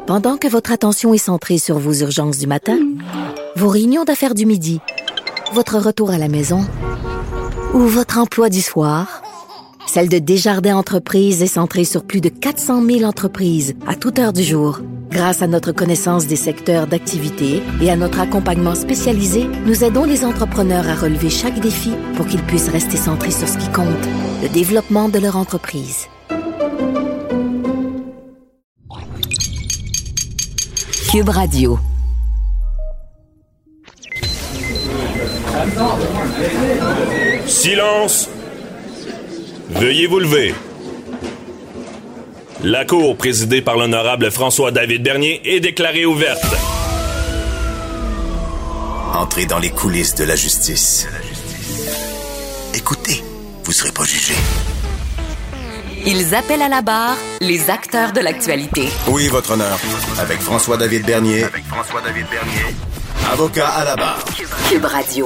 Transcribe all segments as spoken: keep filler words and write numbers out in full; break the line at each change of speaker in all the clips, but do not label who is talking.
Pendant que votre attention est centrée sur vos urgences du matin, vos réunions d'affaires du midi, votre retour à la maison ou votre emploi du soir, celle de Desjardins Entreprises est centrée sur plus de quatre cent mille entreprises à toute heure du jour. Grâce à notre connaissance des secteurs d'activité et à notre accompagnement spécialisé, nous aidons les entrepreneurs à relever chaque défi pour qu'ils puissent rester centrés sur ce qui compte, le développement de leur entreprise. Cube Radio.
Silence! Veuillez vous lever. La cour présidée par l'honorable François-David Bernier est déclarée ouverte.
Entrez dans les coulisses de la justice. Écoutez, vous ne serez pas jugé.
Ils appellent à la barre les acteurs de l'actualité.
Oui, votre honneur. Avec François-David Bernier. Avec François-David Bernier. Avocat à la barre.
Cube Radio.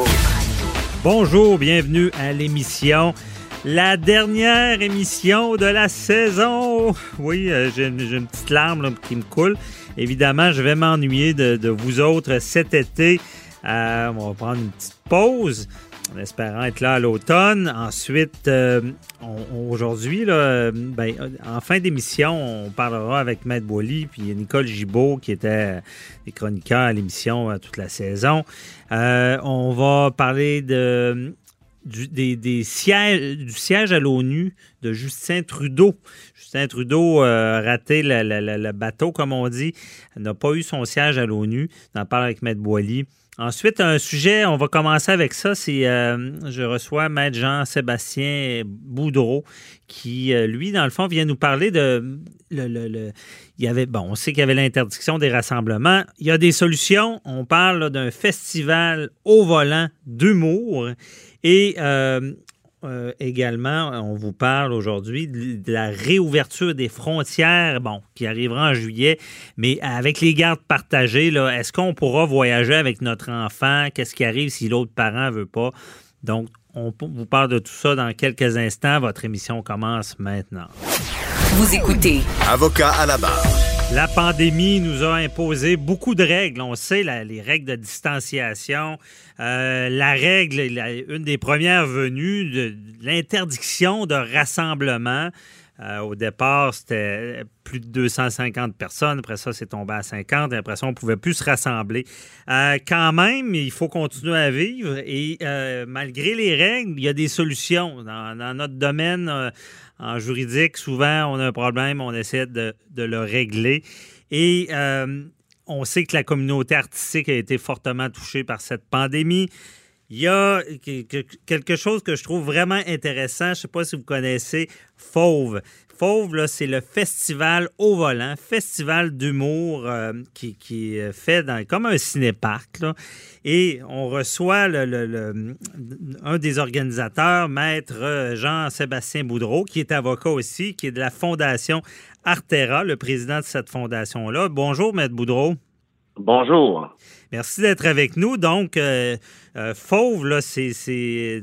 Bonjour, bienvenue à l'émission. La dernière émission de la saison. Oui, euh, j'ai, une, j'ai une petite larme là, qui me coule. Évidemment, je vais m'ennuyer de, de vous autres cet été. Euh, on va prendre une petite pause en espérant être là à l'automne. Ensuite, euh, on, aujourd'hui, là, ben, en fin d'émission, on parlera avec Maître Boily puis Nicole Gibault qui était des chroniqueurs à l'émission euh, toute la saison. Euh, on va parler de... Du, des, des sièges, du siège à l'ONU de Justin Trudeau. Justin Trudeau a raté le, le, le, le bateau, comme on dit, n'a pas eu son siège à l'ONU. On en parle avec Maître Boily. Ensuite, un sujet, on va commencer avec ça, c'est euh, je reçois Maître Jean-Sébastien Boudreau qui, euh, lui, dans le fond, vient nous parler de... Le, le, le, il y avait, bon, on sait qu'il y avait l'interdiction des rassemblements. Il y a des solutions. On parle là, d'un festival au volant d'humour. Et euh, euh, également, on vous parle aujourd'hui de, de la réouverture des frontières, bon, qui arrivera en juillet, mais avec les gardes partagées, là, est-ce qu'on pourra voyager avec notre enfant? Qu'est-ce qui arrive si l'autre parent ne veut pas? Donc, on vous parle de tout ça dans quelques instants. Votre émission commence maintenant.
Vous écoutez
Avocat à la barre.
La pandémie nous a imposé beaucoup de règles. On sait, la, les règles de distanciation, euh, la règle, la, une des premières venues, de, de l'interdiction de rassemblement. Euh, au départ, c'était plus de deux cent cinquante personnes. Après ça, c'est tombé à cinquante. Et après ça, on ne pouvait plus se rassembler. Euh, quand même, il faut continuer à vivre. Et euh, malgré les règles, il y a des solutions. Dans, dans notre domaine, euh, en juridique, souvent, on a un problème, on essaie de, de le régler. Et euh, on sait que la communauté artistique a été fortement touchée par cette pandémie. Il y a quelque chose que je trouve vraiment intéressant. Je ne sais pas si vous connaissez Fauve. Fauve, là, c'est le festival au volant, festival d'humour euh, qui, qui est fait dans, comme un cinéparc. Là. Et on reçoit le, le, le, un des organisateurs, Maître Jean-Sébastien Boudreau, qui est avocat aussi, qui est de la Fondation Artera, le président de cette fondation-là. Bonjour, Maître Boudreau.
Bonjour.
Merci d'être avec nous. Donc, euh, euh, Fauve, là, c'est, c'est,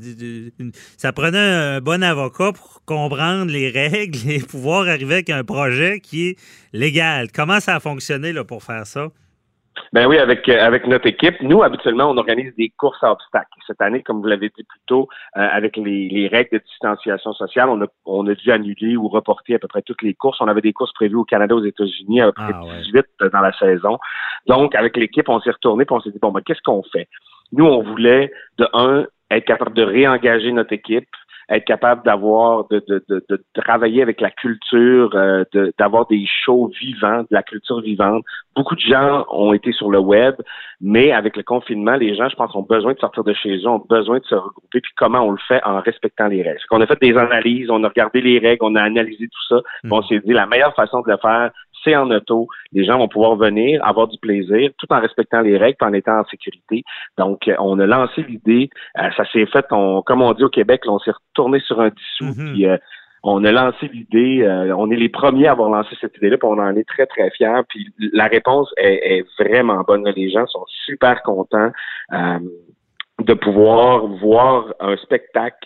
ça prenait un bon avocat pour comprendre les règles et pouvoir arriver avec un projet qui est légal. Comment ça a fonctionné là, pour faire ça?
Ben oui, avec avec notre équipe, nous, habituellement, on organise des courses à obstacles. Cette année, comme vous l'avez dit plus tôt, euh, avec les, les règles de distanciation sociale, on a on a dû annuler ou reporter à peu près toutes les courses. On avait des courses prévues au Canada, aux États-Unis, à peu près ah, ouais. dix-huit dans la saison. Donc, avec l'équipe, on s'est retourné et on s'est dit, bon, ben, qu'est-ce qu'on fait? Nous, on voulait, de un, être capable de réengager notre équipe, être capable d'avoir, de, de, de, de travailler avec la culture, euh, de, d'avoir des shows vivants, de la culture vivante. Beaucoup de gens ont été sur le web, mais avec le confinement, les gens, je pense, ont besoin de sortir de chez eux, ont besoin de se regrouper. Puis comment on le fait? En respectant les règles. On a fait des analyses, on a regardé les règles, on a analysé tout ça. Mmh. On s'est dit, la meilleure façon de le faire, c'est en auto. Les gens vont pouvoir venir, avoir du plaisir, tout en respectant les règles, en étant en sécurité. Donc, on a lancé l'idée. Euh, ça s'est fait, on, comme on dit au Québec, là, on s'est retourné sur un dissous. Mm-hmm. Puis, euh, on a lancé l'idée. Euh, on est les premiers à avoir lancé cette idée-là, puis on en est très, très fiers. Puis, la réponse est, est vraiment bonne. Les gens sont super contents euh, de pouvoir voir un spectacle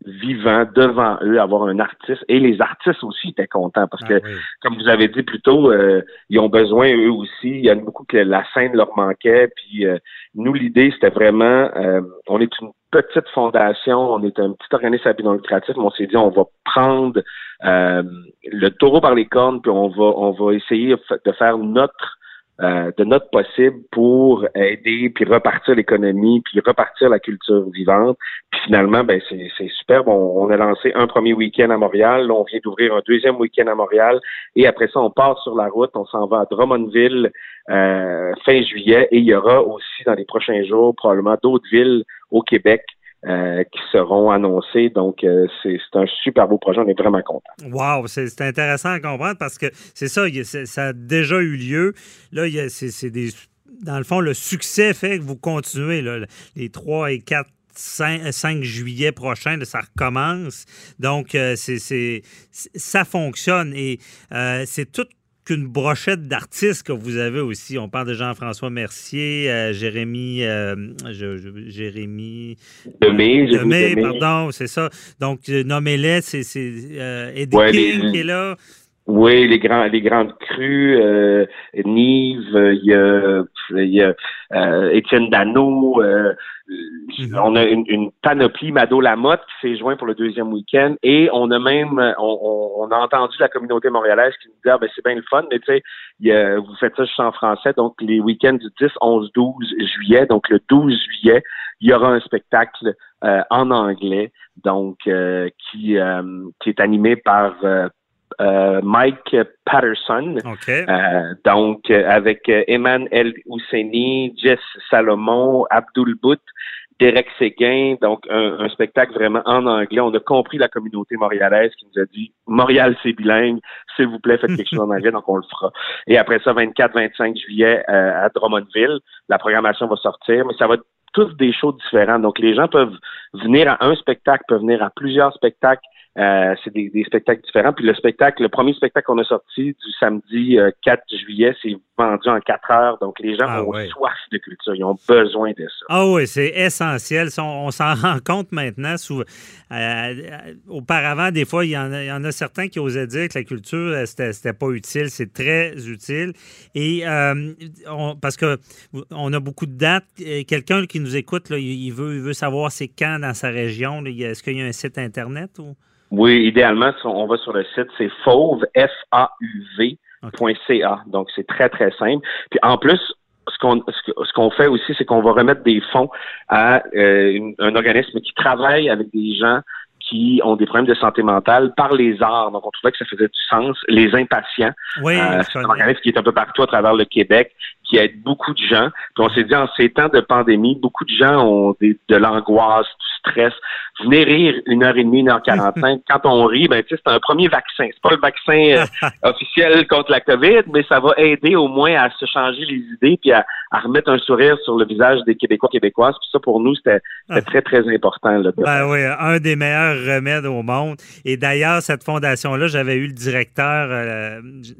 vivant devant eux, avoir un artiste. Et les artistes aussi étaient contents parce que,
ah, oui.
comme vous avez dit plus tôt, euh, ils ont besoin eux aussi. Il y a beaucoup que la scène leur manquait. Puis euh, nous, l'idée, c'était vraiment, euh, on est une petite fondation, on est un petit organisme à but non lucratif, mais on s'est dit, on va prendre euh, le taureau par les cornes, puis on va, on va essayer de faire notre Euh, de notre possible pour aider, puis repartir l'économie, puis repartir la culture vivante. Puis finalement, ben c'est, c'est superbe. On, on a lancé un premier week-end à Montréal. Là, on vient d'ouvrir un deuxième week-end à Montréal. Et après ça, on part sur la route. On s'en va à Drummondville euh, fin juillet. Et il y aura aussi dans les prochains jours probablement d'autres villes au Québec Euh, qui seront annoncés. Donc, euh, c'est, c'est un super beau projet. On est vraiment contents.
Wow! C'est, c'est intéressant à comprendre parce que c'est ça, il y a, c'est, ça a déjà eu lieu. Là, il y a, c'est, c'est des... Dans le fond, le succès fait que vous continuez. Là, les trois et quatre cinq juillet prochain, là, ça recommence. Donc, euh, c'est, c'est, ça fonctionne. Et euh, c'est tout qu'une brochette d'artistes que vous avez aussi. On parle de Jean-François Mercier, euh, Jérémy, euh, je, je, Jérémy
Demé,
euh, Demé, pardon, c'est ça. Donc, euh, nommez-les, c'est, c'est euh, Eddie
ouais,
King
les,
qui est là.
Oui, les grands, les grandes crues, euh, Nive, il y a, il y a euh, Étienne Dano, euh, mm-hmm. on a une, une panoplie, Mado Lamotte qui s'est joint pour le deuxième week-end, et on a même, on, on, on a entendu la communauté montréalaise qui nous dit, ah ben c'est bien le fun, mais tu sais, il y a, vous faites ça juste en français, donc les week-ends du dix, onze, douze juillet, donc le douze juillet, il y aura un spectacle euh, en anglais, donc euh, qui, euh, qui est animé par euh, Euh, Mike Patterson,
okay.
euh, donc euh, avec euh, Eman El Husseini, Jess Salomon, Abdul Bout, Derek Séguin, donc un, un spectacle vraiment en anglais. On a compris la communauté montréalaise qui nous a dit « Montréal, c'est bilingue, s'il vous plaît, faites quelque chose en anglais », donc on le fera. Et après ça, vingt-quatre vingt-cinq juillet euh, à Drummondville, la programmation va sortir, mais ça va être tous des shows différents. Donc les gens peuvent venir à un spectacle, peuvent venir à plusieurs spectacles. Euh, c'est des, des spectacles différents. Puis le spectacle, le premier spectacle qu'on a sorti du samedi euh, quatre juillet, c'est vendu en quatre heures. Donc les gens
ah,
ont
ouais.
soif de culture. Ils ont besoin de ça.
Ah oui, c'est essentiel. On, on s'en rend compte maintenant. Sous, euh, euh, auparavant, des fois, il y, en a, il y en a certains qui osaient dire que la culture, c'était, c'était pas utile. C'est très utile. Et euh, on, parce que on a beaucoup de dates. Quelqu'un qui nous écoute, là, il, veut, il veut savoir c'est quand dans sa région. Là. Est-ce qu'il y a un site Internet ou...
Oui, idéalement, on va sur le site, c'est fauve, F A U V, point C A. Donc, c'est très, très simple. Puis, en plus, ce qu'on, ce qu'on fait aussi, c'est qu'on va remettre des fonds à euh, une, un organisme qui travaille avec des gens qui ont des problèmes de santé mentale par les arts. Donc, on trouvait que ça faisait du sens. Les Impatients,
oui,
euh, c'est un organisme qui est un peu partout à travers le Québec, qui aide beaucoup de gens. Puis on s'est dit, en ces temps de pandémie, beaucoup de gens ont des, de l'angoisse, du stress. Venez rire une heure et demie, une heure quarante-cinq. Quand on rit, ben, tu sais, c'est un premier vaccin. C'est pas le vaccin euh, officiel contre la COVID, mais ça va aider au moins à se changer les idées puis à, à remettre un sourire sur le visage des Québécois, Québécoises. Puis ça, pour nous, c'était, c'était très, très important. Là,
ben oui, un des meilleurs remèdes au monde. Et d'ailleurs, cette fondation-là, j'avais eu le directeur euh,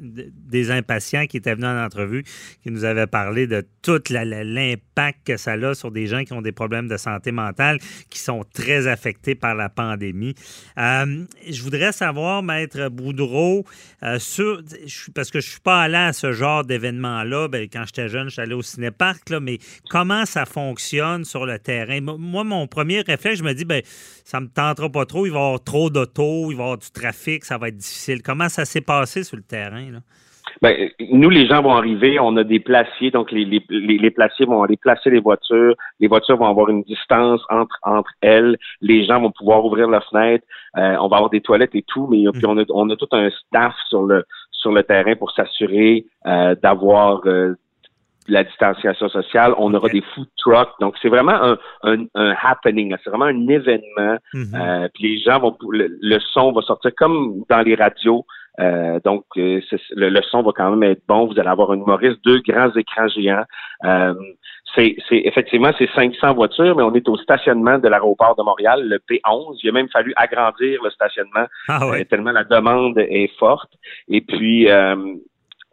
des Impatients qui était venu en entrevue, qui nous avait parlé de tout la, la, l'impact que ça a sur des gens qui ont des problèmes de santé mentale, qui sont très affectés par la pandémie. Euh, je voudrais savoir, Maître Boudreau, euh, sur, je, parce que je ne suis pas allé à ce genre d'événement-là. Ben, quand j'étais jeune, je suis allé au cinéparc, là, mais comment ça fonctionne sur le terrain? Moi, mon premier réflexe, je me dis, ben, ça ne me tentera pas trop, il va y avoir trop d'autos, il va y avoir du trafic, ça va être difficile. Comment ça s'est passé sur le terrain, là?
Ben, nous, les gens vont arriver, on a des placiers, donc les, les, les, les placiers vont aller placer les voitures, les voitures vont avoir une distance entre, entre elles, les gens vont pouvoir ouvrir la fenêtre, euh, on va avoir des toilettes et tout, mais puis on a, on a tout un staff sur le, sur le terrain pour s'assurer euh, d'avoir euh, la distanciation sociale. On aura des food trucks, donc c'est vraiment un, un, un happening, c'est vraiment un événement, mm-hmm. euh, puis les gens vont, le, le son va sortir comme dans les radios. Euh, donc, euh, c'est, le, le son va quand même être bon. Vous allez avoir un humoriste, deux grands écrans géants. Euh, c'est, c'est effectivement, c'est cinq cents voitures, mais on est au stationnement de l'aéroport de Montréal, le P onze. Il a même fallu agrandir le stationnement
ah ouais.
euh, tellement la demande est forte. Et puis, euh,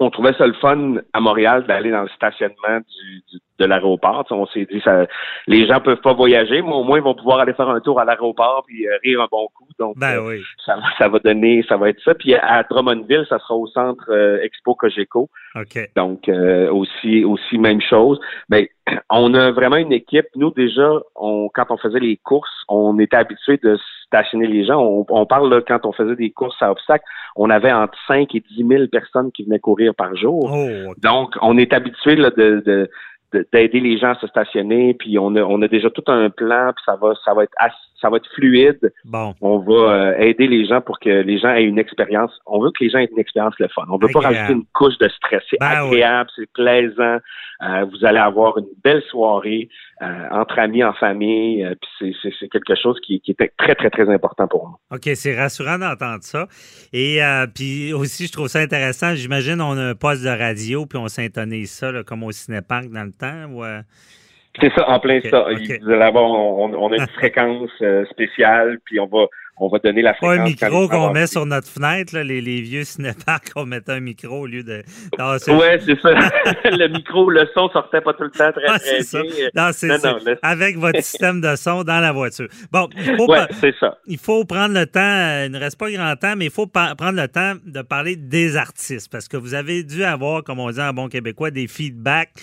on trouvait ça le fun à Montréal d'aller dans le stationnement du, du de l'aéroport. T'sais, on s'est dit ça, les gens peuvent pas voyager, mais au moins ils vont pouvoir aller faire un tour à l'aéroport puis euh, rire un bon coup. Donc
ben
euh,
oui.
ça, ça va donner, ça va être ça. Puis à Drummondville, ça sera au centre euh, Expo Cogeco.
OK.
Donc euh, aussi aussi même chose. Mais on a vraiment une équipe. Nous déjà, on quand on faisait les courses, on était habitués de stationner les gens. On, on parle là, quand on faisait des courses à obstacles, on avait entre cinq et dix mille personnes qui venaient courir par jour.
Oh, okay.
Donc on est habitué là, de, de d'aider les gens à se stationner, puis on a on a déjà tout un plan, puis ça va ça va être assez, ça va être fluide.
Bon.
On va euh, aider les gens pour que les gens aient une expérience. On veut que les gens aient une expérience le fun. On veut
agréable.
pas rajouter une couche de stress. C'est
ben
agréable,
oui.
c'est plaisant. Euh, vous allez avoir une belle soirée euh, entre amis, en famille. Euh, puis c'est, c'est, c'est quelque chose qui, qui est très, très, très important pour nous.
OK, c'est rassurant d'entendre ça. Et euh, puis aussi, je trouve ça intéressant. J'imagine on a un poste de radio, puis on s'intonise ça, là, comme au Cinéparc dans le temps. Ou, euh...
C'est ça, en plein
okay,
ça.
okay.
Vous allez avoir, on, on a une fréquence euh, spéciale, puis on va on va donner la fréquence.
Pas un micro qu'on met sur notre fenêtre, là, les, les vieux cinéparcs, on mettait un micro au lieu de... Non, c'est...
Ouais, c'est ça. Le micro, le son sortait pas tout le temps très,
ah,
très
c'est
bien.
Ça. Non, c'est
non,
ça.
Non, le...
Avec votre système de son dans la voiture. Bon, il faut,
ouais,
pa...
c'est ça.
il faut prendre le temps, il ne reste pas grand temps, mais il faut pa... prendre le temps de parler des artistes, parce que vous avez dû avoir, comme on dit en bon québécois, des feedbacks.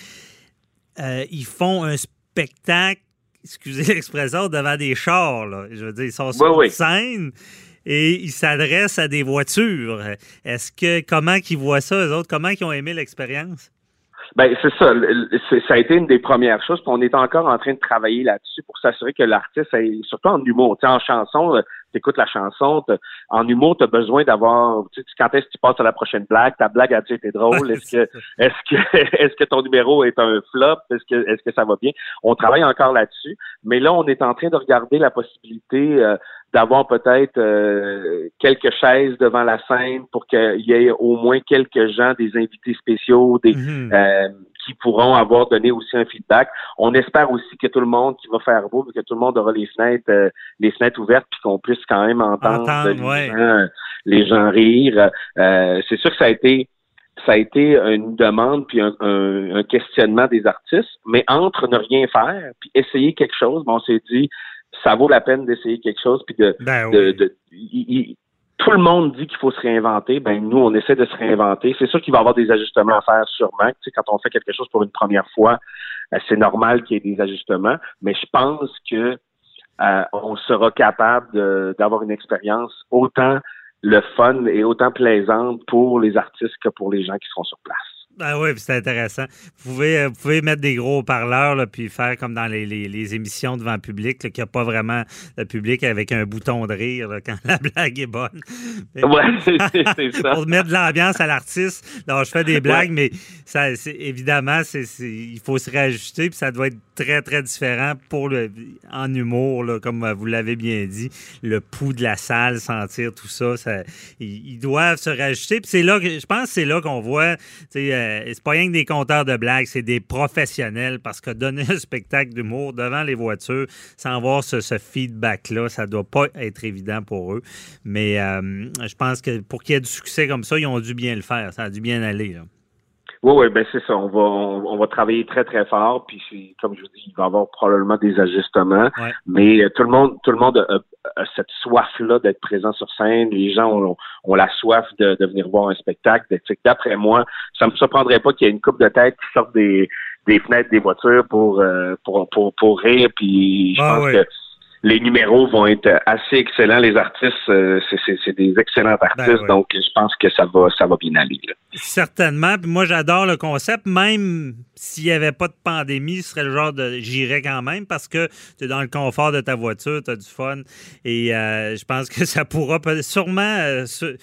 Euh, ils font un spectacle, excusez l'expression, devant des chars. Là. Je veux dire, ils sont sur
oui,
une
oui.
scène et ils s'adressent à des voitures. Est-ce que, comment ils voient ça, eux autres? Comment ils ont aimé l'expérience?
Ben c'est ça. C'est, ça a été une des premières choses. Puis on est encore en train de travailler là-dessus pour s'assurer que l'artiste, surtout en humour, tu sais, en chanson, t'écoutes la chanson, en humour, t'as besoin d'avoir, tu sais, quand est-ce que tu passes à la prochaine blague, ta blague a-t-elle été drôle, est-ce que, est-ce que, est-ce que ton numéro est un flop, est-ce que, est-ce que ça va bien? On travaille encore là-dessus, mais là, on est en train de regarder la possibilité euh, d'avoir peut-être euh, quelques chaises devant la scène pour qu'il y ait au moins quelques gens, des invités spéciaux, des mm-hmm. euh, qui pourront avoir donné aussi un feedback. On espère aussi que tout le monde qui va faire beau, que tout le monde aura les fenêtres, euh, les fenêtres ouvertes, puis qu'on puisse quand même entendre, entendre les, ouais. gens, les gens rire. Euh, c'est sûr que ça a été ça a été une demande puis un, un, un questionnement des artistes, mais entre ne rien faire puis essayer quelque chose, ben on s'est dit ça vaut la peine d'essayer quelque chose puis de,
ben
de,
oui.
de, de y, y, tout le monde dit qu'il faut se réinventer. Ben nous, on essaie de se réinventer. C'est sûr qu'il va y avoir des ajustements à faire sûrement. Tu sais, quand on fait quelque chose pour une première fois, c'est normal qu'il y ait des ajustements. Mais je pense que euh, on sera capable de, d'avoir une expérience autant le fun et autant plaisante pour les artistes que pour les gens qui seront sur place.
Ah oui, c'est intéressant. Vous pouvez, vous pouvez mettre des gros haut-parleurs là, puis faire comme dans les, les, les émissions devant le public, là, qu'il n'y a pas vraiment de public avec un bouton de rire là, quand la blague est bonne. Mais,
ouais, c'est, c'est ça.
Pour mettre de l'ambiance à l'artiste, alors je fais des blagues, ouais. mais ça, c'est, évidemment, c'est, c'est, il faut se réajuster, puis ça doit être très, très différent pour le, en humour, là, comme vous l'avez bien dit, le pouls de la salle, sentir tout ça, ça ils, ils doivent se réajuster. Puis c'est là que, je pense que c'est là qu'on voit, tu sais, euh, c'est pas rien que des conteurs de blagues, c'est des professionnels, parce que donner un spectacle d'humour devant les voitures sans avoir ce, ce feedback-là, ça doit pas être évident pour eux. Mais euh, je pense que pour qu'il y ait du succès comme ça, ils ont dû bien le faire. Ça a dû bien aller, là.
Oui, oui, ben c'est ça. On va on, on va travailler très, très fort, puis c'est, comme je vous dis, il va y avoir probablement des ajustements. Ouais. Mais euh, tout le monde, tout le monde a, a cette soif-là d'être présent sur scène. Les gens ont, ont la soif de, de venir voir un spectacle. D'après moi, ça me surprendrait pas qu'il y ait une couple de têtes qui sortent des, des fenêtres des voitures pour euh, pour, pour, pour rire. Puis je ah, pense ouais. que les numéros vont être assez excellents. Les artistes, euh, c'est, c'est, c'est des excellents artistes, ben oui. donc je pense que ça va, ça va bien aller. Là.
Certainement. Puis moi, j'adore le concept. Même s'il n'y avait pas de pandémie, ce serait le genre de... J'irais quand même parce que tu es dans le confort de ta voiture, tu as du fun. Et euh, je pense que ça pourra sûrement euh,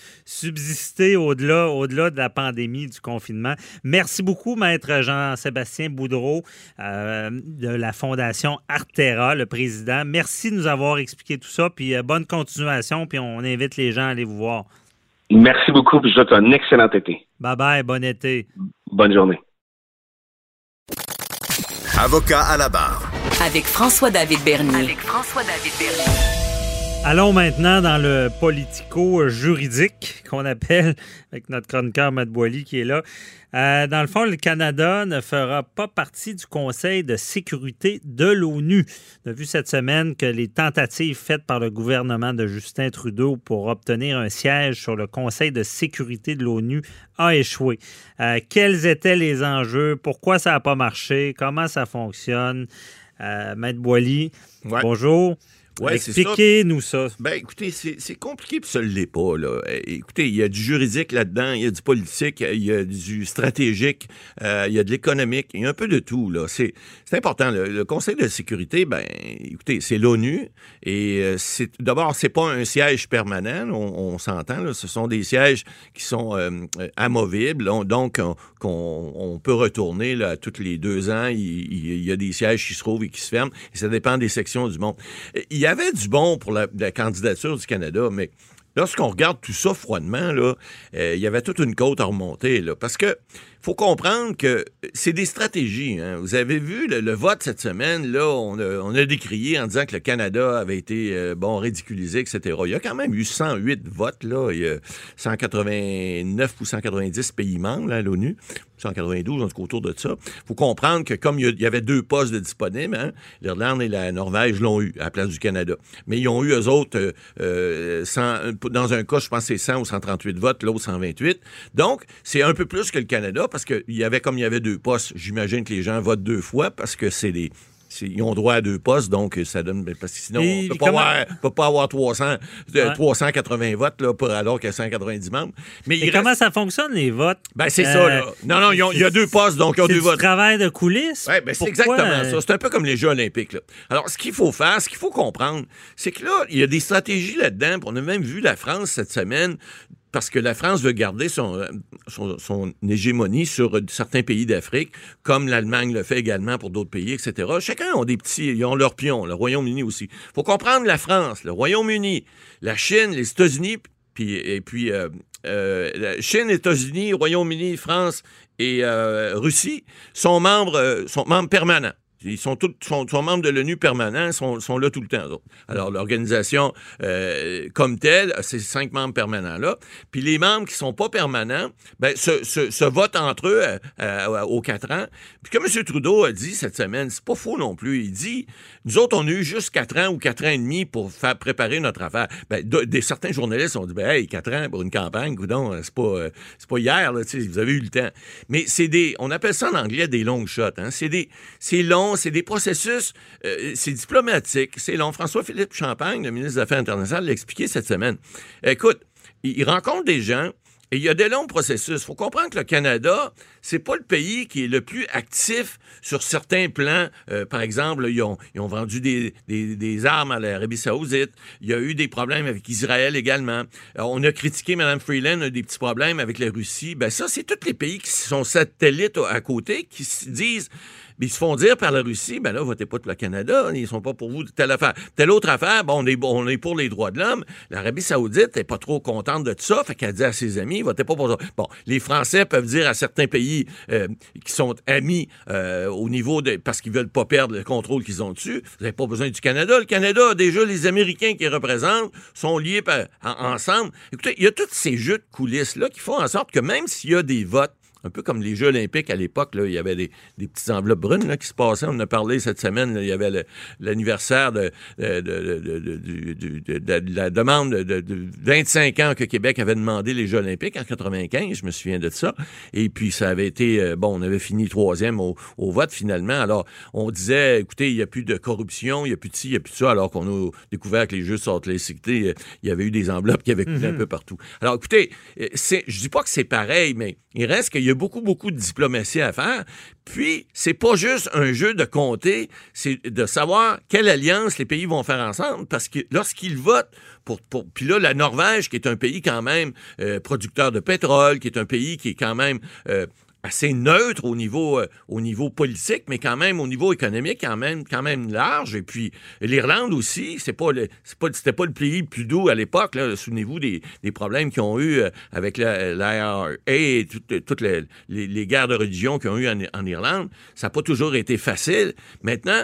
subsister au-delà, au-delà de la pandémie, du confinement. Merci beaucoup, Maître Jean-Sébastien Boudreau euh, de la Fondation Artera, le président. Merci de nous avoir expliqué tout ça, puis euh, bonne continuation, puis on invite les gens à aller vous voir.
Merci beaucoup, puis je vous souhaite un excellent été.
Bye-bye, bon été.
Bonne journée.
Avocat à la barre.
Avec François-David Bernier.
Avec François-David Bernier.
Allons maintenant dans le politico-juridique qu'on appelle, avec notre chroniqueur Matt Boily qui est là. Euh, dans le fond, le Canada ne fera pas partie du Conseil de sécurité de l'ONU. On a vu cette semaine que les tentatives faites par le gouvernement de Justin Trudeau pour obtenir un siège sur le Conseil de sécurité de l'ONU a échoué. Euh, quels étaient les enjeux? Pourquoi ça n'a pas marché? Comment ça fonctionne? Euh, Matt Boily, ouais. Bonjour.
Ouais,
expliquez-nous ça.
Ben, écoutez, c'est, c'est compliqué, puis ça ne l'est pas, là. Écoutez, il y a du juridique là-dedans, il y a du politique, il y a du stratégique, euh, il y a de l'économique, il y a un peu de tout, là. C'est, c'est important. Le, le Conseil de sécurité, ben, écoutez, c'est l'ONU, et euh, c'est, d'abord, c'est pas un siège permanent, on, on s'entend, là. Ce sont des sièges qui sont euh, amovibles, on, donc on, qu'on on peut retourner, là, tous les deux ans, il, il, il y a des sièges qui se trouvent et qui se ferment, et ça dépend des sections du monde. Il y a Il y avait du bon pour la, la candidature du Canada, mais lorsqu'on regarde tout ça froidement, là, euh, il y avait toute une côte à remonter, là, parce que faut comprendre que c'est des stratégies. Hein. Vous avez vu le, le vote cette semaine, là, on a, on a décrié en disant que le Canada avait été euh, bon ridiculisé, et cetera. Il y a quand même eu cent huit votes, là. Il y a cent quatre-vingt-neuf ou cent quatre-vingt-dix pays membres là, à l'ONU, cent quatre-vingt-douze, en tout cas autour de ça. Il faut comprendre que comme il y avait deux postes de disponibles, hein, l'Irlande et la Norvège l'ont eu à la place du Canada. Mais ils ont eu, eux autres, euh, euh, cent, dans un cas, je pense que c'est cent ou cent trente-huit votes, l'autre cent vingt-huit. Donc, c'est un peu plus que le Canada, parce qu'il y avait, comme il y avait deux postes, j'imagine que les gens votent deux fois, parce que c'est des... C'est, ils ont droit à deux postes, donc ça donne... Parce que sinon, et on ne peut, comment... peut pas avoir trois cents, ouais. trois cent quatre-vingts votes là, pour, alors qu'il y a cent quatre-vingt-dix membres. Mais
et comment reste... ça fonctionne, les votes?
Ben, c'est euh, ça, là. Non, non, il y a deux postes, donc ils ont deux votes.
C'est du travail de coulisses?
Oui, ben, c'est exactement euh... ça. C'est un peu comme les Jeux olympiques, là. Alors, ce qu'il faut faire, ce qu'il faut comprendre, c'est que là, il y a des stratégies là-dedans. On a même vu la France cette semaine... Parce que la France veut garder son, son, son hégémonie sur certains pays d'Afrique, comme l'Allemagne le fait également pour d'autres pays, et cetera. Chacun a des petits, ils ont leurs pions, le Royaume-Uni aussi. Il faut comprendre la France, le Royaume-Uni, la Chine, les États-Unis, puis, et puis euh, euh, la Chine, les États-Unis, Royaume-Uni, France et euh, Russie sont membres, euh, sont membres permanents. Ils sont tous sont, sont membres de l'ONU permanents, sont, sont là tout le temps. Alors, l'organisation euh, comme telle, c'est cinq membres permanents-là. Puis les membres qui sont pas permanents, ben, se, se, se votent entre eux euh, euh, aux quatre ans. Puis comme M. Trudeau a dit cette semaine, c'est pas faux non plus. Il dit, nous autres, on a eu juste quatre ans ou quatre ans et demi pour faire préparer notre affaire. Ben, de, des, certains journalistes ont dit, ben, hey, quatre ans pour une campagne, coudonc, c'est pas, euh, c'est pas hier, là, vous avez eu le temps. Mais c'est des, on appelle ça en anglais des long shots. Hein. C'est des, c'est long, c'est des processus, euh, c'est diplomatique, c'est long. François-Philippe Champagne, le ministre des Affaires internationales, l'a expliqué cette semaine. Écoute, il, il rencontre des gens et il y a des longs processus. Il faut comprendre que le Canada, c'est pas le pays qui est le plus actif sur certains plans. Euh, par exemple, ils ont, ils ont vendu des, des, des armes à l'Arabie Saoudite. Il y a eu des problèmes avec Israël également. Alors, on a critiqué Mme Freeland, a des petits problèmes avec la Russie. Ben ça, c'est tous les pays qui sont satellites à côté, qui se disent... Mais ils se font dire par la Russie, ben là, votez pas pour le Canada, ils sont pas pour vous de telle affaire. Telle autre affaire, bon, on est, on est pour les droits de l'homme. L'Arabie Saoudite n'est pas trop contente de ça, fait qu'elle dit à ses amis, votez pas pour ça. Bon, les Français peuvent dire à certains pays euh, qui sont amis euh, au niveau de... parce qu'ils veulent pas perdre le contrôle qu'ils ont dessus, vous n'avez pas besoin du Canada. Le Canada, déjà, les Américains qui représentent sont liés par, en, ensemble. Écoutez, il y a tous ces jeux de coulisses-là qui font en sorte que même s'il y a des votes, un peu comme les Jeux olympiques à l'époque, là, il y avait des, des petites enveloppes brunes là, qui se passaient. On en a parlé cette semaine. Là, il y avait le, l'anniversaire de, de, de, de, de, de, de, de la demande de, de vingt-cinq ans que Québec avait demandé les Jeux olympiques en quatre-vingt-quinze. Je me souviens de ça. Et puis, ça avait été... Euh, bon, on avait fini troisième au, au vote, finalement. Alors, on disait, écoutez, il n'y a plus de corruption, il n'y a plus de ci, il n'y a plus de ça, alors qu'on a découvert que les Jeux Salt Lake City, il y avait eu des enveloppes qui avaient coulé mm-hmm. un peu partout. Alors, écoutez, c'est, je dis pas que c'est pareil, mais il reste qu'il y a beaucoup, beaucoup de diplomatie à faire. Puis, c'est pas juste un jeu de compter, c'est de savoir quelle alliance les pays vont faire ensemble, parce que lorsqu'ils votent pour... pour puis là, la Norvège, qui est un pays quand même euh, producteur de pétrole, qui est un pays qui est quand même... Euh, assez neutre au niveau, euh, au niveau politique, mais quand même au niveau économique, quand même, quand même large. Et puis, l'Irlande aussi, c'est pas le, c'est pas, c'était pas le pays le plus doux à l'époque. Là. Souvenez-vous des, des problèmes qu'ils ont eu euh, avec la, l'I R A et toutes, toutes les, les, les guerres de religion qu'ils ont eu en, en Irlande. Ça n'a pas toujours été facile. Maintenant,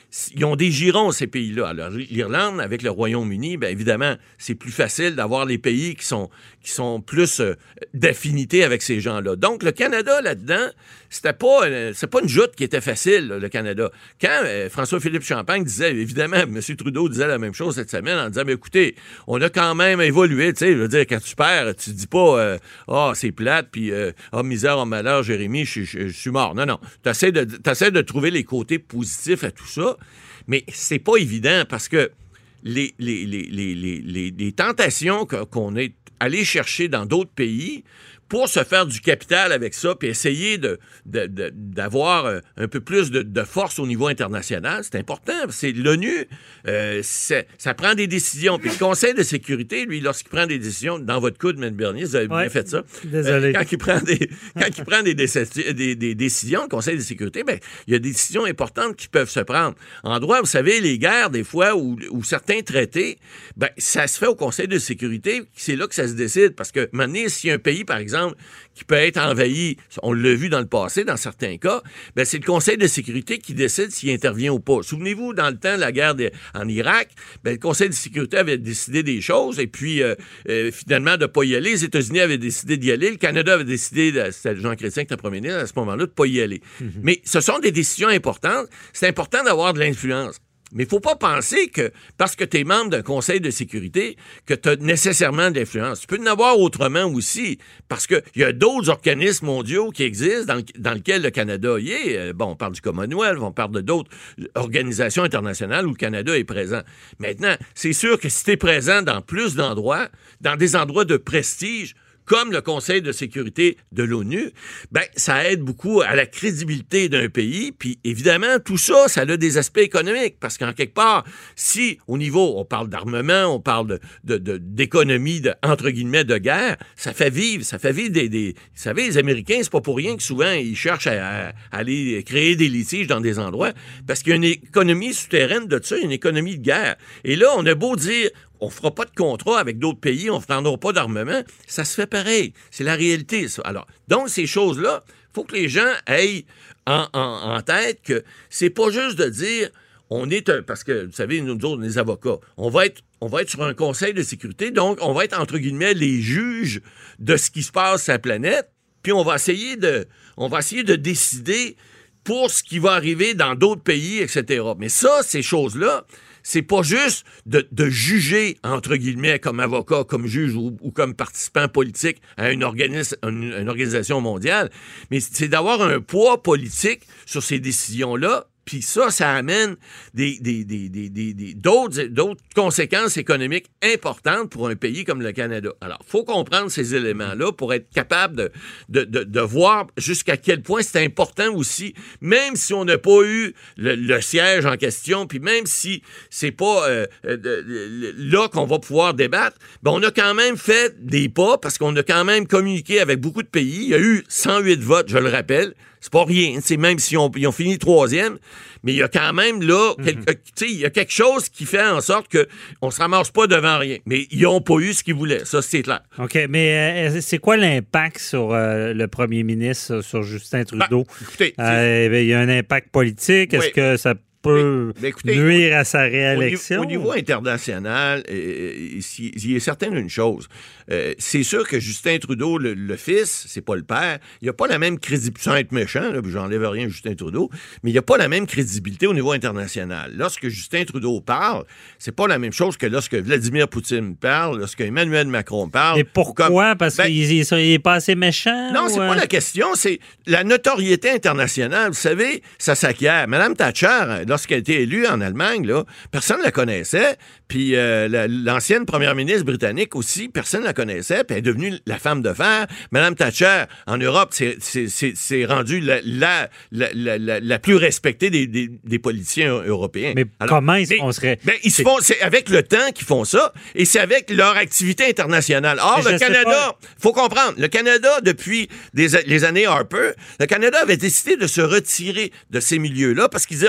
ils ont des girons, ces pays-là. Alors, l'Irlande, avec le Royaume-Uni, bien évidemment, c'est plus facile d'avoir les pays qui sont, qui sont plus euh, d'affinité avec ces gens-là. Donc, le Canada, là-dedans, c'était pas, euh, c'est pas une joute qui était facile, là, le Canada. Quand euh, François-Philippe Champagne disait, évidemment, M. Trudeau disait la même chose cette semaine en disant, mais écoutez, on a quand même évolué, tu sais, je veux dire, quand tu perds, tu dis pas, ah, euh, oh, c'est plate, puis, ah, euh, oh, misère, oh, malheur, Jérémy, je, je, je suis mort. Non, non. Tu essaies de, t'essaies de trouver les côtés positifs à tout ça. Mais c'est pas évident parce que les, les, les, les, les, les tentations qu'on est allé chercher dans d'autres pays pour se faire du capital avec ça, puis essayer de, de, de, d'avoir un peu plus de, de force au niveau international, c'est important. C'est l'ONU, euh, c'est, ça prend des décisions. Puis le Conseil de sécurité, lui, lorsqu'il prend des décisions, dans votre coude, M. Bernier, vous avez ouais, bien fait ça.
Désolé.
Euh, quand il prend des, quand il prend des, des, des, des décisions, le Conseil de sécurité, bien, il y a des décisions importantes qui peuvent se prendre. En droit, vous savez, les guerres, des fois, ou, ou certains traités, bien, ça se fait au Conseil de sécurité, c'est là que ça se décide. Parce que maintenant, s'il y a un pays, par exemple, qui peut être envahi, on l'a vu dans le passé, dans certains cas, ben c'est le Conseil de sécurité qui décide s'il intervient ou pas. Souvenez-vous, dans le temps de la guerre de, en Irak, ben, le Conseil de sécurité avait décidé des choses et puis euh, euh, finalement de ne pas y aller. Les États-Unis avaient décidé d'y aller. Le Canada avait décidé, de, c'était Jean Chrétien qui était premier ministre à ce moment-là, de ne pas y aller. Mm-hmm. Mais ce sont des décisions importantes. C'est important d'avoir de l'influence. Mais il ne faut pas penser que, parce que tu es membre d'un conseil de sécurité, que tu as nécessairement de l'influence. Tu peux en avoir autrement aussi, parce qu'il y a d'autres organismes mondiaux qui existent dans, le, dans lesquels le Canada y est. Bon, on parle du Commonwealth, on parle de d'autres organisations internationales où le Canada est présent. Maintenant, c'est sûr que si tu es présent dans plus d'endroits, dans des endroits de prestige, comme le Conseil de sécurité de l'ONU, ben ça aide beaucoup à la crédibilité d'un pays. Puis évidemment, tout ça, ça a des aspects économiques. Parce qu'en quelque part, si au niveau, on parle d'armement, on parle de, de, de, d'économie, de, entre guillemets, de guerre, ça fait vivre, ça fait vivre des... des vous savez, les Américains, c'est pas pour rien que souvent, ils cherchent à, à aller créer des litiges dans des endroits. Parce qu'il y a une économie souterraine de ça, une économie de guerre. Et là, on a beau dire... on ne fera pas de contrat avec d'autres pays, on ne prendra pas d'armement, ça se fait pareil. C'est la réalité, ça. Alors, donc, ces choses-là, il faut que les gens aient en, en, en tête que c'est pas juste de dire, on est un... Parce que, vous savez, nous autres, les avocats, on va être, on va être sur un conseil de sécurité, donc on va être, entre guillemets, les juges de ce qui se passe sur la planète, puis on va essayer de, on va essayer de décider pour ce qui va arriver dans d'autres pays, et cetera. Mais ça, ces choses-là, c'est pas juste de, de juger, entre guillemets, comme avocat, comme juge ou, ou comme participant politique à une, organis- une, une organisation mondiale, mais c'est d'avoir un poids politique sur ces décisions-là. Puis ça, ça amène des, des, des, des, des, des, d'autres, d'autres conséquences économiques importantes pour un pays comme le Canada. Alors, il faut comprendre ces éléments-là pour être capable de, de, de, de voir jusqu'à quel point c'est important aussi, même si on n'a pas eu le, le siège en question, puis même si c'est pas euh, euh, là qu'on va pouvoir débattre, ben on a quand même fait des pas parce qu'on a quand même communiqué avec beaucoup de pays. Il y a eu cent huit votes, je le rappelle. C'est pas rien, c'est même si on, ils ont fini troisième, mais il y a quand même là, mm-hmm. quelque, tu sais, il y a quelque chose qui fait en sorte que on se ramasse pas devant rien. Mais ils ont pas eu ce qu'ils voulaient, ça c'est clair.
OK, mais euh, c'est quoi l'impact sur euh, le premier ministre, sur Justin Trudeau? Ben, écoutez, euh, il y a un impact politique, est-ce oui. que ça peut mais, mais écoutez, nuire à sa réélection?
Au niveau, au niveau international, euh, il y a certain d'une chose. Euh, c'est sûr que Justin Trudeau, le, le fils, c'est pas le père, il n'a pas la même crédibilité, sans être méchant, là, puis j'enlève rien à Justin Trudeau, mais il n'a pas la même crédibilité au niveau international. Lorsque Justin Trudeau parle, c'est pas la même chose que lorsque Vladimir Poutine parle, lorsque Emmanuel Macron parle.
Et pourquoi? Comme, Parce ben, qu'il n'est pas assez méchant?
Non, c'est
euh...
pas la question, c'est la notoriété internationale. Vous savez, ça s'acquiert. Madame Thatcher, lorsqu'elle a été élue en Allemagne, là, personne ne la connaissait, puis euh, la, l'ancienne première ministre britannique aussi, personne ne la connaissait, puis elle est devenue la femme de fer. Madame Thatcher, en Europe, c'est, c'est, c'est, c'est rendu la, la, la, la, la plus respectée des, des, des politiciens européens.
Mais Alors, comment ils mais, serait...
Ben, ils se font, c'est avec le temps qu'ils font ça, et c'est avec leur activité internationale. Or, mais le Canada, il faut comprendre, le Canada, depuis des, les années Harper, le Canada avait décidé de se retirer de ces milieux-là, parce qu'ils disaient, on va s'occuper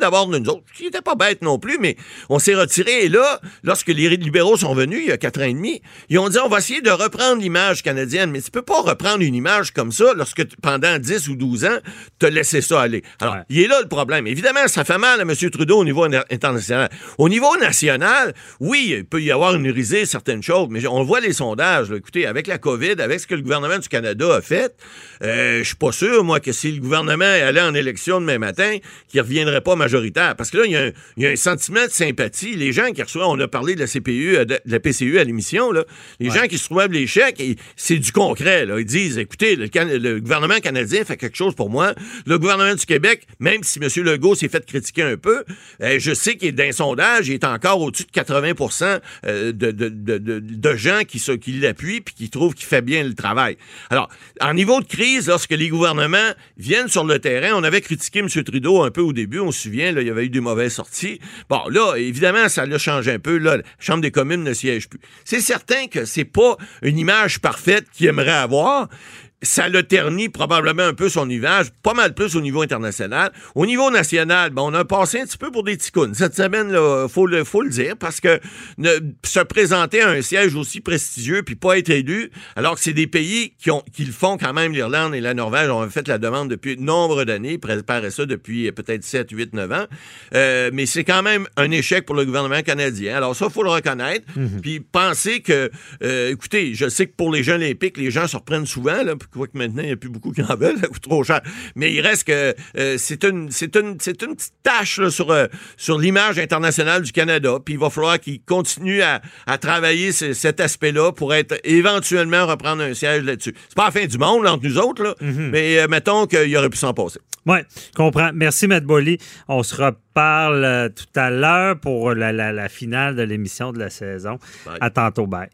d'abord de nous autres, qui n'était pas bête non plus, mais on s'est retiré. Et là, lorsque les libéraux sont venus, il y a quatre ans et demi, ils ont dit, on va essayer de reprendre l'image canadienne. Mais tu peux pas reprendre une image comme ça lorsque pendant dix ou douze ans, tu as laissé ça aller. Alors, ouais. il est là le problème. Évidemment, ça fait mal à M. Trudeau au niveau international. Au niveau national, oui, il peut y avoir une risée, certaines choses, mais on voit les sondages. Là. Écoutez, avec la COVID, avec ce que le gouvernement du Canada a fait, euh, je suis pas sûr, moi, que si le gouvernement allait en élection demain matin, qu'il ne reviendrait pas majoritaire. Parce que là, il y, a un, il y a un sentiment de sympathie. Les gens qui reçoivent, on a parlé de la C P U, de la P C U à l'émission, là, les ouais. gens qui se trouvent les chèques, c'est du concret. Là. Ils disent, écoutez, le, le gouvernement canadien fait quelque chose pour moi. Le gouvernement du Québec, même si M. Legault s'est fait critiquer un peu, euh, je sais qu'il est dans un sondage, il est encore au-dessus de quatre-vingts pour cent de, de, de, de, de gens qui, qui l'appuient puis qui trouvent qu'il fait bien le travail. Alors, en niveau de crise, lorsque les gouvernements viennent sur le terrain, on avait critiqué M. Trudeau un peu au début, on se souvient, là, il y avait eu des mauvaises sorties. Bon, là, évidemment, ça l'a changé un peu. Là, la Chambre des communes ne siège plus. C'est certain que c'est pas une image parfaite qu'il aimerait avoir. Ça l'a terni probablement un peu son image, pas mal plus au niveau international. Au niveau national, ben, on a passé un petit peu pour des ticounes. Cette semaine, il faut le, faut le dire, parce que ne, se présenter à un siège aussi prestigieux puis pas être élu, alors que c'est des pays qui, ont, qui le font quand même, l'Irlande et la Norvège ont fait la demande depuis nombre d'années, préparaient ça depuis peut-être sept, huit, neuf ans. Euh, mais c'est quand même un échec pour le gouvernement canadien. Alors ça, il faut le reconnaître. Mm-hmm. Puis penser que, euh, écoutez, je sais que pour les Jeux olympiques, les gens se reprennent souvent, là, quoique maintenant, il n'y a plus beaucoup qui en veulent, ça coûte trop cher. Mais il reste que euh, c'est, une, c'est, une, c'est une petite tâche là, sur, euh, sur l'image internationale du Canada. Puis il va falloir qu'il continue à, à travailler c- cet aspect-là pour être éventuellement reprendre un siège là-dessus. C'est pas la fin du monde là, entre nous autres, là, mm-hmm. mais euh, mettons qu'il aurait pu s'en passer.
Oui, je comprends. Merci, M. Boily. On se reparle euh, tout à l'heure pour la, la, la finale de l'émission de la saison. Bye. À tantôt. Bye.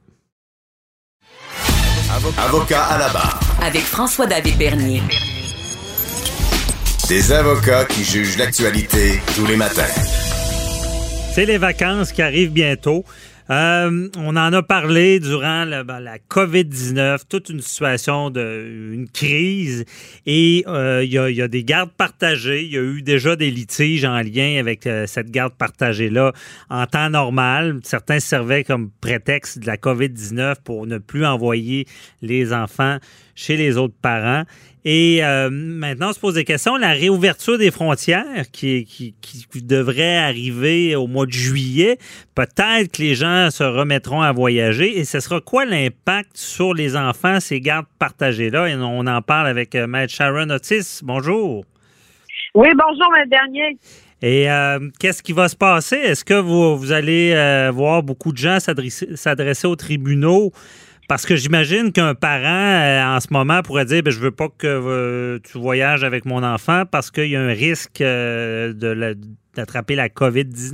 Avocat à la barre.
Avec François-David Bernier.
Des avocats qui jugent l'actualité tous les matins.
C'est les vacances qui arrivent bientôt. Euh, on en a parlé durant la, la covid dix-neuf, toute une situation de une crise, et euh, il y a, y a des gardes partagées. Il y a eu déjà des litiges en lien avec euh, cette garde partagée-là en temps normal. Certains servaient comme prétexte de la covid dix-neuf pour ne plus envoyer les enfants chez les autres parents. Et euh, maintenant, on se pose des questions. La réouverture des frontières qui, qui, qui devrait arriver au mois de juillet, peut-être que les gens se remettront à voyager. Et ce sera quoi l'impact sur les enfants, ces gardes partagées-là? Et on en parle avec euh, Maître Sharon Otis. Bonjour.
Oui, bonjour, Maître Bernier.
Et euh, qu'est-ce qui va se passer? Est-ce que vous, vous allez euh, voir beaucoup de gens s'adresser, s'adresser aux tribunaux? Parce que j'imagine qu'un parent, euh, en ce moment, pourrait dire ben, « Je veux pas que euh, tu voyages avec mon enfant parce qu'il y a un risque euh, de la, d'attraper la covid dix-neuf ».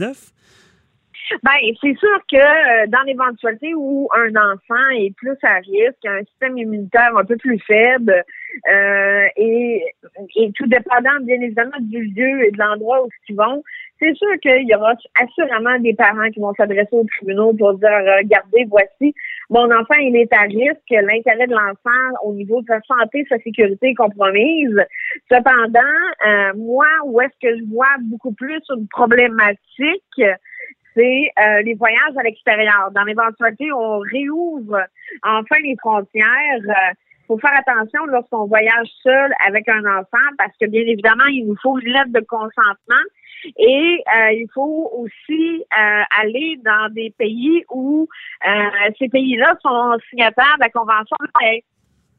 Bien, c'est sûr que euh, dans l'éventualité où un enfant est plus à risque, un système immunitaire un peu plus faible, euh, et, et tout dépendant, bien évidemment, du lieu et de l'endroit où ils vont, c'est sûr qu'il y aura assurément des parents qui vont s'adresser aux tribunaux pour dire « Regardez, voici, mon enfant, il est à risque, l'intérêt de l'enfant au niveau de sa santé, sa sécurité est compromise. » Cependant, euh, moi, où est-ce que je vois beaucoup plus une problématique, c'est euh, les voyages à l'extérieur. Dans l'éventualité, on réouvre enfin les frontières. Il faut faire attention lorsqu'on voyage seul avec un enfant parce que, bien évidemment, il nous faut une lettre de consentement et euh, il faut aussi euh, aller dans des pays où euh, ces pays-là sont signataires de la Convention de la haie.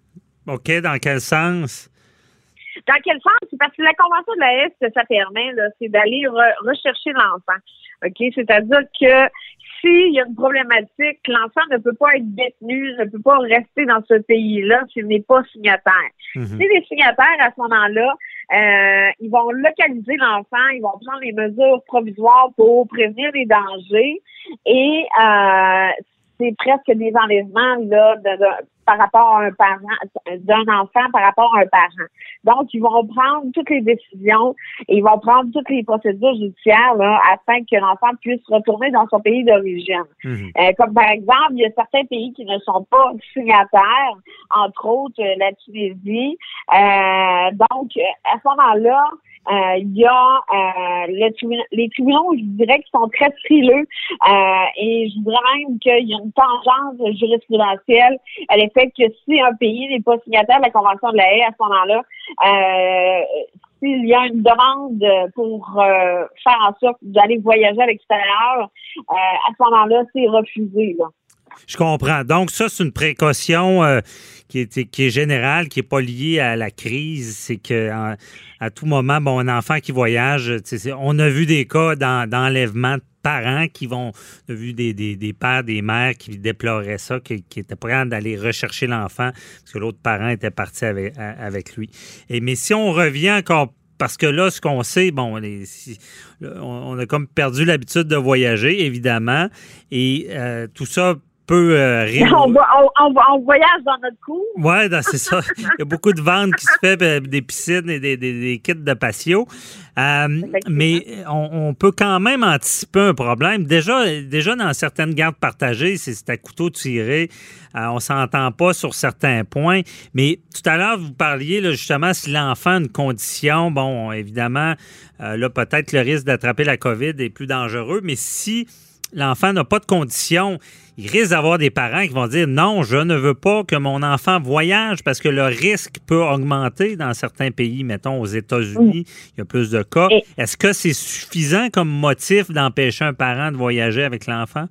OK. Dans quel sens?
Dans quel sens? C'est parce que la Convention de la haie, ce que ça permet, là, c'est d'aller re- rechercher l'enfant. OK? C'est-à-dire que s'il y a une problématique, l'enfant ne peut pas être détenu, ne peut pas rester dans ce pays-là s'il n'est pas signataire. Mm-hmm. Si les signataires, à ce moment-là, euh, ils vont localiser l'enfant, ils vont prendre les mesures provisoires pour prévenir les dangers et euh, c'est presque des enlèvements là de, de par rapport à un parent, d'un enfant par rapport à un parent. Donc, ils vont prendre toutes les décisions et ils vont prendre toutes les procédures judiciaires là, afin que l'enfant puisse retourner dans son pays d'origine. Mmh. Euh, comme par exemple, il y a certains pays qui ne sont pas signataires, entre autres euh, la Tunisie. Euh, donc, à ce moment-là, Euh, il y a euh, le tribunal, les tribunaux, je dirais, qui sont très frileux euh, et je dirais même qu'il y a une tangente jurisprudentielle à l'effet que si un pays n'est pas signataire de la Convention de la Haye, à ce moment-là, euh, s'il y a une demande pour euh, faire en sorte d'aller voyager à l'extérieur, euh, à ce moment-là, c'est refusé, là.
Je comprends. Donc, ça, c'est une précaution euh, qui, est, qui est générale, qui n'est pas liée à la crise. C'est que en, à tout moment, bon, un enfant qui voyage, on a vu des cas dans, d'enlèvement de parents qui vont, on a vu des, des, des pères, des mères qui déploraient ça, qui, qui étaient prêts d'aller rechercher l'enfant parce que l'autre parent était parti avec, avec lui. Et, mais si on revient encore, parce que là, ce qu'on sait, bon, les, si, on a comme perdu l'habitude de voyager, évidemment, et euh, tout ça peut euh, rire.
On, on, on, on voyage dans notre cours.
Oui, c'est ça. Il y a beaucoup de ventes qui se fait, des piscines et des, des, des kits de patio. Euh, mais on, on peut quand même anticiper un problème. Déjà, déjà dans certaines gardes partagées, c'est, c'est à couteau tiré. Euh, on s'entend pas sur certains points. Mais tout à l'heure, vous parliez là, justement si l'enfant a une condition, bon, évidemment, euh, là, peut-être le risque d'attraper la COVID est plus dangereux. Mais si l'enfant n'a pas de condition, il risque d'avoir des parents qui vont dire « Non, je ne veux pas que mon enfant voyage parce que le risque peut augmenter dans certains pays, mettons aux États-Unis, mmh. il y a plus de cas. » Est-ce que c'est suffisant comme motif d'empêcher un parent de voyager avec l'enfant?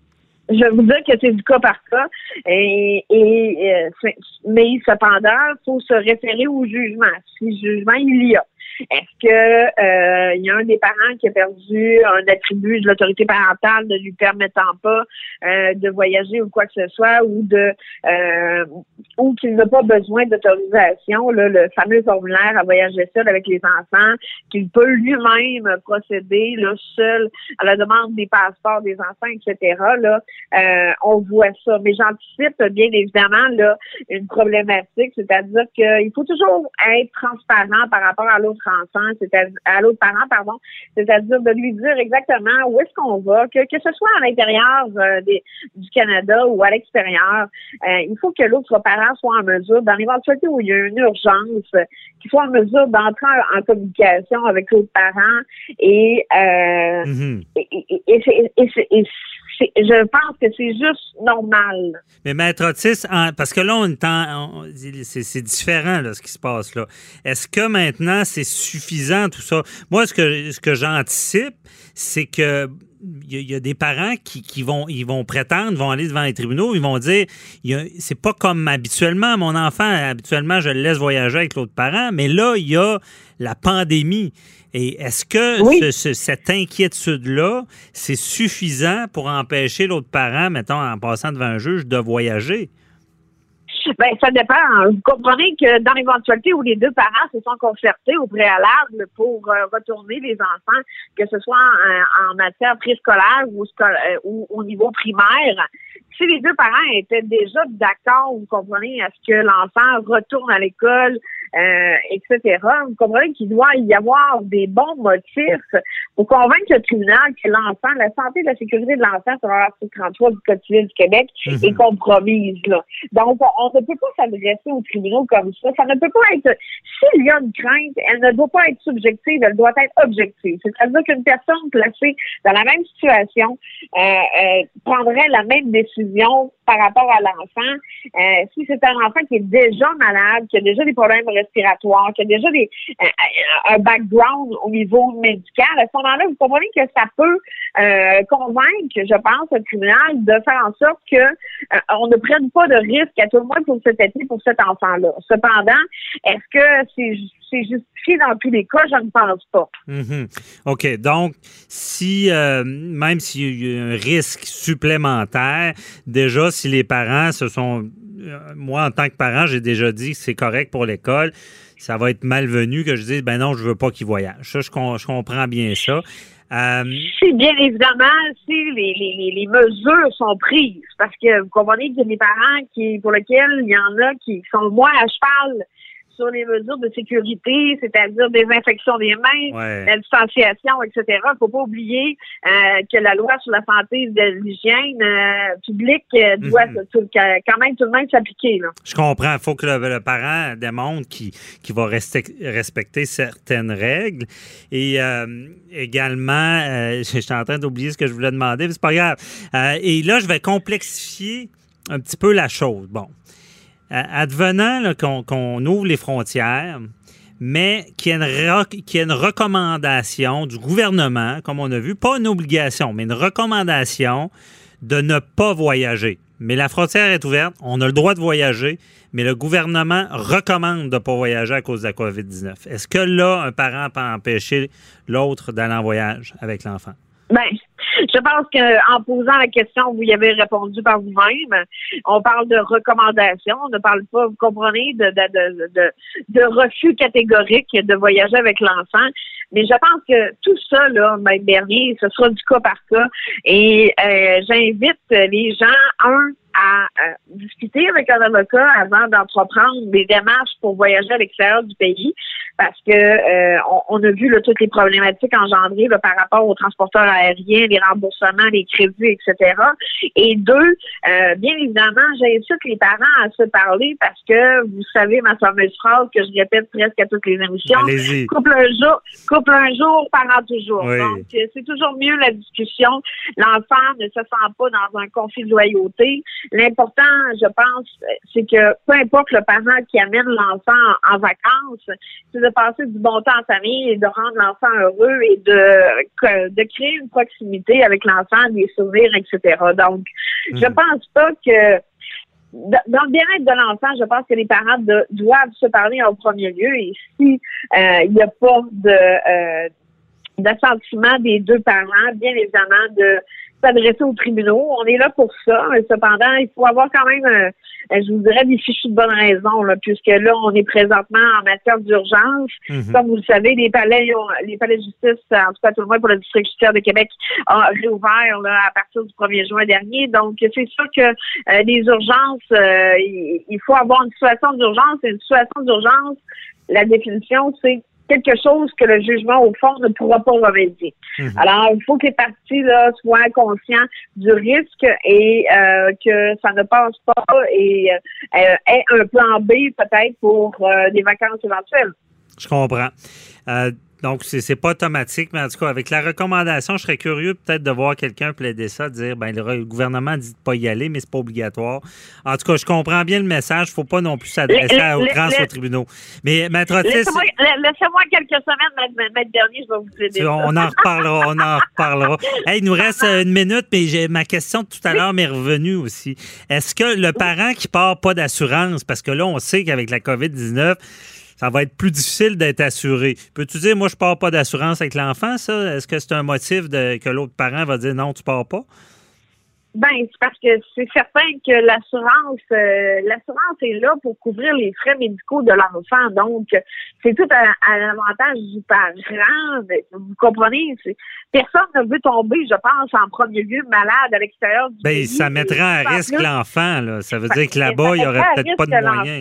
Je vais vous dire que c'est du cas par cas, et, et euh, mais cependant, il faut se référer au jugement. Si jugement il y a. Est-ce que euh, il y a un des parents qui a perdu un attribut de l'autorité parentale ne lui permettant pas euh, de voyager ou quoi que ce soit, ou de euh, ou qu'il n'a pas besoin d'autorisation, là, le fameux formulaire à voyager seul avec les enfants, qu'il peut lui-même procéder là, seul à la demande des passeports des enfants, et cetera. Là, euh, on voit ça. Mais j'anticipe bien évidemment là une problématique, c'est-à-dire qu'il faut toujours être transparent par rapport à l'autre enfant, c'est-à-dire à l'autre parent, pardon, c'est-à-dire de lui dire exactement où est-ce qu'on va, que, que ce soit à l'intérieur euh, des, du Canada ou à l'extérieur. Euh, il faut que l'autre parent soit en mesure, dans l'éventualité où il y a une urgence, qu'il soit en mesure d'entrer en, en communication avec l'autre parent et, euh, mm-hmm. et, et, et, et, et, et, et C'est, je pense que c'est juste normal.
Mais Maître Otis, en, parce que là, on entend, on, c'est, c'est différent là, ce qui se passe là. Est-ce que maintenant, c'est suffisant tout ça? Moi, ce que, ce que j'anticipe, c'est que il y, y a des parents qui, qui vont, ils vont prétendre, vont aller devant les tribunaux, ils vont dire, y a, c'est pas comme habituellement, mon enfant, habituellement, je le laisse voyager avec l'autre parent, mais là, il y a la pandémie. Et est-ce que oui. ce, ce, cette inquiétude-là, c'est suffisant pour empêcher l'autre parent, mettons, en passant devant un juge, de voyager?
Ben, ça dépend. Vous comprenez que dans l'éventualité où les deux parents se sont concertés au préalable pour euh, retourner les enfants, que ce soit en, en matière préscolaire ou, scolaire, ou au niveau primaire, si les deux parents étaient déjà d'accord, vous comprenez, à ce que l'enfant retourne à l'école, euh, et cetera, vous comprenez qu'il doit y avoir des bons motifs pour convaincre le tribunal que l'enfant, la santé et la sécurité de l'enfant, sur l'article trente-trois du Code civil du Québec, mm-hmm. est compromise, là. Donc, on, on ne peut pas s'adresser aux tribunaux comme ça. Ça ne peut pas être, s'il y a une crainte, elle ne doit pas être subjective, elle doit être objective. C'est-à-dire qu'une personne placée dans la même situation euh, euh, prendrait la même décision par rapport à l'enfant. Euh, si c'est un enfant qui est déjà malade, qui a déjà des problèmes respiratoires, qui a déjà des euh, un background au niveau médical, à ce moment-là, vous comprenez que ça peut euh, convaincre, je pense, le tribunal de faire en sorte que euh, on ne prenne pas de risque à tout le moins pour cet été, pour cet enfant-là. Cependant, est-ce que c'est, c'est justifié dans tous les cas? Je ne pense pas.
Mm-hmm. OK. Donc, si euh, même s'il y a un risque supplémentaire, déjà, si les parents se sont... Moi, en tant que parent, j'ai déjà dit que c'est correct pour l'école. Ça va être malvenu que je dise, ben non, je veux pas qu'il voyage. Ça, je, je comprends bien ça. Euh...
Si, bien évidemment, si les, les, les mesures sont prises, parce que vous comprenez qu'il y a des parents qui, pour lesquels il y en a qui sont moins à cheval sur les mesures de sécurité, c'est-à-dire désinfection des mains,
ouais.
la distanciation, et cetera. Il ne faut pas oublier euh, que la loi sur la santé et de l'hygiène euh, publique euh, doit mm-hmm. tout, quand même tout de même s'appliquer. Là.
Je comprends. Il faut que le, le parent démontre qu'il, qu'il va rester, respecter certaines règles. Et euh, également, euh, j'étais en train d'oublier ce que je voulais demander, mais c'est pas grave. Euh, et là, je vais complexifier un petit peu la chose. Bon. Advenant là, qu'on, qu'on ouvre les frontières, mais qu'il y, ait une re- qu'il y ait une recommandation du gouvernement, comme on a vu, pas une obligation, mais une recommandation de ne pas voyager. Mais la frontière est ouverte, on a le droit de voyager, mais le gouvernement recommande de ne pas voyager à cause de la covid dix-neuf. Est-ce que là, un parent peut empêcher l'autre d'aller en voyage avec l'enfant?
Ben, je pense qu'en posant la question, vous y avez répondu par vous-même. On parle de recommandations, on ne parle pas, vous comprenez, de, de, de, de, de refus catégorique de voyager avec l'enfant. Mais je pense que tout ça, là, Maître Bernier, ce sera du cas par cas. Et euh, j'invite les gens, un, à euh, discuter avec un avocat avant d'entreprendre des démarches pour voyager à l'extérieur du pays, parce que euh, on, on a vu là, toutes les problématiques engendrées là, par rapport aux transporteurs aériens, les remboursements, les crédits, et cetera. Et deux, euh, bien évidemment, j'incite les parents à se parler parce que vous savez ma fameuse phrase que je répète presque à toutes les émissions.
Allez-y.
Couple un jour, couple un jour, parent toujours.
Oui.
Donc, c'est toujours mieux la discussion. L'enfant ne se sent pas dans un conflit de loyauté. L'important, je pense, c'est que peu importe le parent qui amène l'enfant en, en vacances, c'est de passer du bon temps en famille et de rendre l'enfant heureux et de, de créer une proximité avec l'enfant, des souvenirs, et cetera. Donc, mmh. je pense pas que dans le bien-être de l'enfant, je pense que les parents de, doivent se parler en premier lieu et si euh, il n'y a pas de euh, d'assentiment des deux parents, bien évidemment, de s'adresser aux tribunaux. On est là pour ça. Cependant, il faut avoir quand même, euh, je vous dirais, des fichus de bonne raison, là, puisque là, on est présentement en matière d'urgence. Mm-hmm. Comme vous le savez, les palais, les palais de justice, en tout cas tout le moins pour le district judiciaire de Québec, ont réouvert là, à partir du premier juin dernier. Donc, c'est sûr que euh, les urgences, euh, il, il faut avoir une situation d'urgence. Et une situation d'urgence, la définition, c'est quelque chose que le jugement, au fond, ne pourra pas remédier. Mmh. Alors, il faut que les parties là, soient conscients du risque et euh, que ça ne passe pas et euh, ait un plan B peut-être pour euh, des vacances éventuelles.
Je comprends. Euh, donc, c'est, c'est pas automatique, mais en tout cas, avec la recommandation, je serais curieux peut-être de voir quelqu'un plaider ça, de dire, ben le gouvernement dit de pas y aller, mais c'est pas obligatoire. En tout cas, je comprends bien le message. Faut pas non plus s'adresser le, à outrance aux tribunaux. Mais, Maître Otis...
Laissez-moi, laissez-moi quelques semaines, Maître Bernier, je vais vous aider.
On en reparlera, on en reparlera. Hey, il nous reste une minute, mais j'ai, ma question de tout à l'heure m'est revenue aussi. Est-ce que le parent qui part pas d'assurance, parce que là, on sait qu'avec la covid dix-neuf, ça va être plus difficile d'être assuré. Peux-tu dire, moi, je pars pas d'assurance avec l'enfant, ça? Est-ce que c'est un motif de, que l'autre parent va dire non, tu pars pas?
Ben, c'est parce que c'est certain que l'assurance, euh, l'assurance est là pour couvrir les frais médicaux de l'enfant. Donc, c'est tout à, à l'avantage du parent. Vous comprenez? C'est, personne ne veut tomber, je pense, en premier lieu malade à l'extérieur du
ben,
pays.
Ça mettrait en risque plus. l'enfant, là. Ça veut dire que là-bas, il n'y aurait peut-être pas de moyens.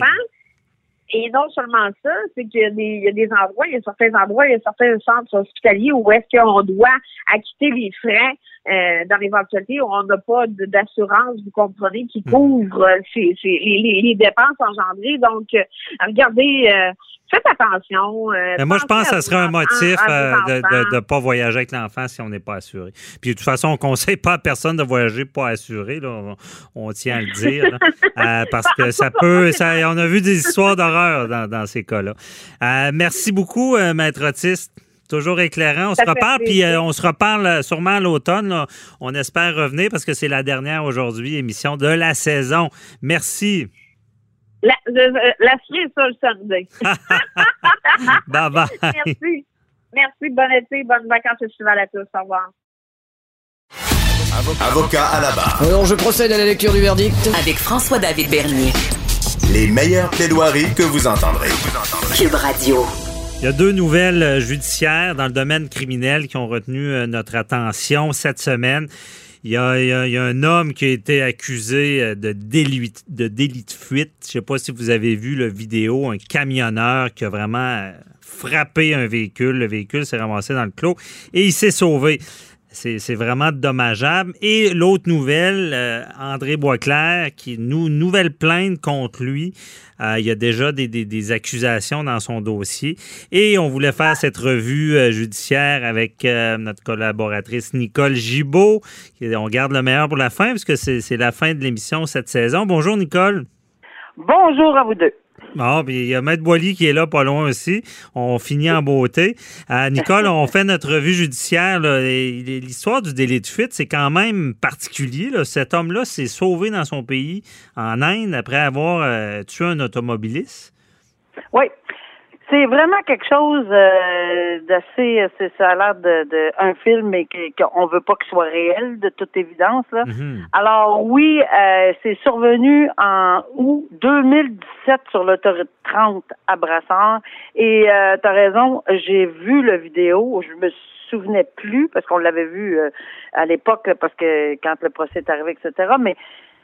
Et non seulement ça, c'est qu'il y a des, il y a des endroits, il y a certains endroits, il y a certains centres hospitaliers où est-ce qu'on doit acquitter les frais euh, dans l'éventualité où on n'a pas de, d'assurance, vous comprenez, qui couvre euh, ces, ces, les, les, les dépenses engendrées. Donc, euh, regardez, euh, faites attention. Euh,
Mais moi, je pense que ça serait un motif euh, de ne pas voyager avec l'enfant si on n'est pas assuré. Puis, de toute façon, on ne conseille pas à personne de voyager pas assuré. Là. On, on tient à le dire. euh, parce que ça peut... Ça, on a vu des histoires d'horreur dans, dans ces cas-là. Euh, merci beaucoup, euh, Maître Otis. Toujours éclairant. On ça se reparle, puis euh, on se reparle sûrement à l'automne. Là. On espère revenir parce que c'est la dernière aujourd'hui émission de la saison. Merci.
La, la, la cerise sur le Sunday.
Bye bye.
Merci. Merci. Bon été, bonnes vacances estivales à tous. Au revoir.
Avocat à la barre.
Alors, je procède à la lecture du verdict.
Avec François-David Bernier.
Les meilleures plaidoiries que vous entendrez.
Cube Radio.
Il y a deux nouvelles judiciaires dans le domaine criminel qui ont retenu notre attention cette semaine. Il y a, il y a, il y a un homme qui a été accusé de délit de, délit de fuite. Je ne sais pas si vous avez vu la vidéo, un camionneur qui a vraiment frappé un véhicule. Le véhicule s'est ramassé dans le clos et il s'est sauvé. C'est, c'est vraiment dommageable. Et l'autre nouvelle, euh, André Boisclair, qui nous nouvelle plainte contre lui. Euh, il y a déjà des, des, des accusations dans son dossier. Et on voulait faire cette revue euh, judiciaire avec euh, notre collaboratrice Nicole Gibault. On garde le meilleur pour la fin, puisque c'est, c'est la fin de l'émission cette saison. Bonjour, Nicole.
Bonjour à vous deux.
Bon, puis il y a Maître Boily qui est là pas loin aussi. On finit en beauté. Euh, Nicole, on fait notre revue judiciaire. Là, et l'histoire du délit de fuite, c'est quand même particulier. Là. Cet homme-là s'est sauvé dans son pays, en Inde, après avoir euh, tué un automobiliste.
Oui. C'est vraiment quelque chose euh, d'assez... C'est, ça a l'air de, de un film, mais qu'on veut pas qu'il soit réel, de toute évidence. Là. Mm-hmm. Alors oui, euh, c'est survenu en août deux mille dix-sept sur l'autoroute trente à Brassard. Et euh, t'as raison, j'ai vu la vidéo, je me souvenais plus, parce qu'on l'avait vu euh, à l'époque, parce que quand le procès est arrivé, et cetera. Mais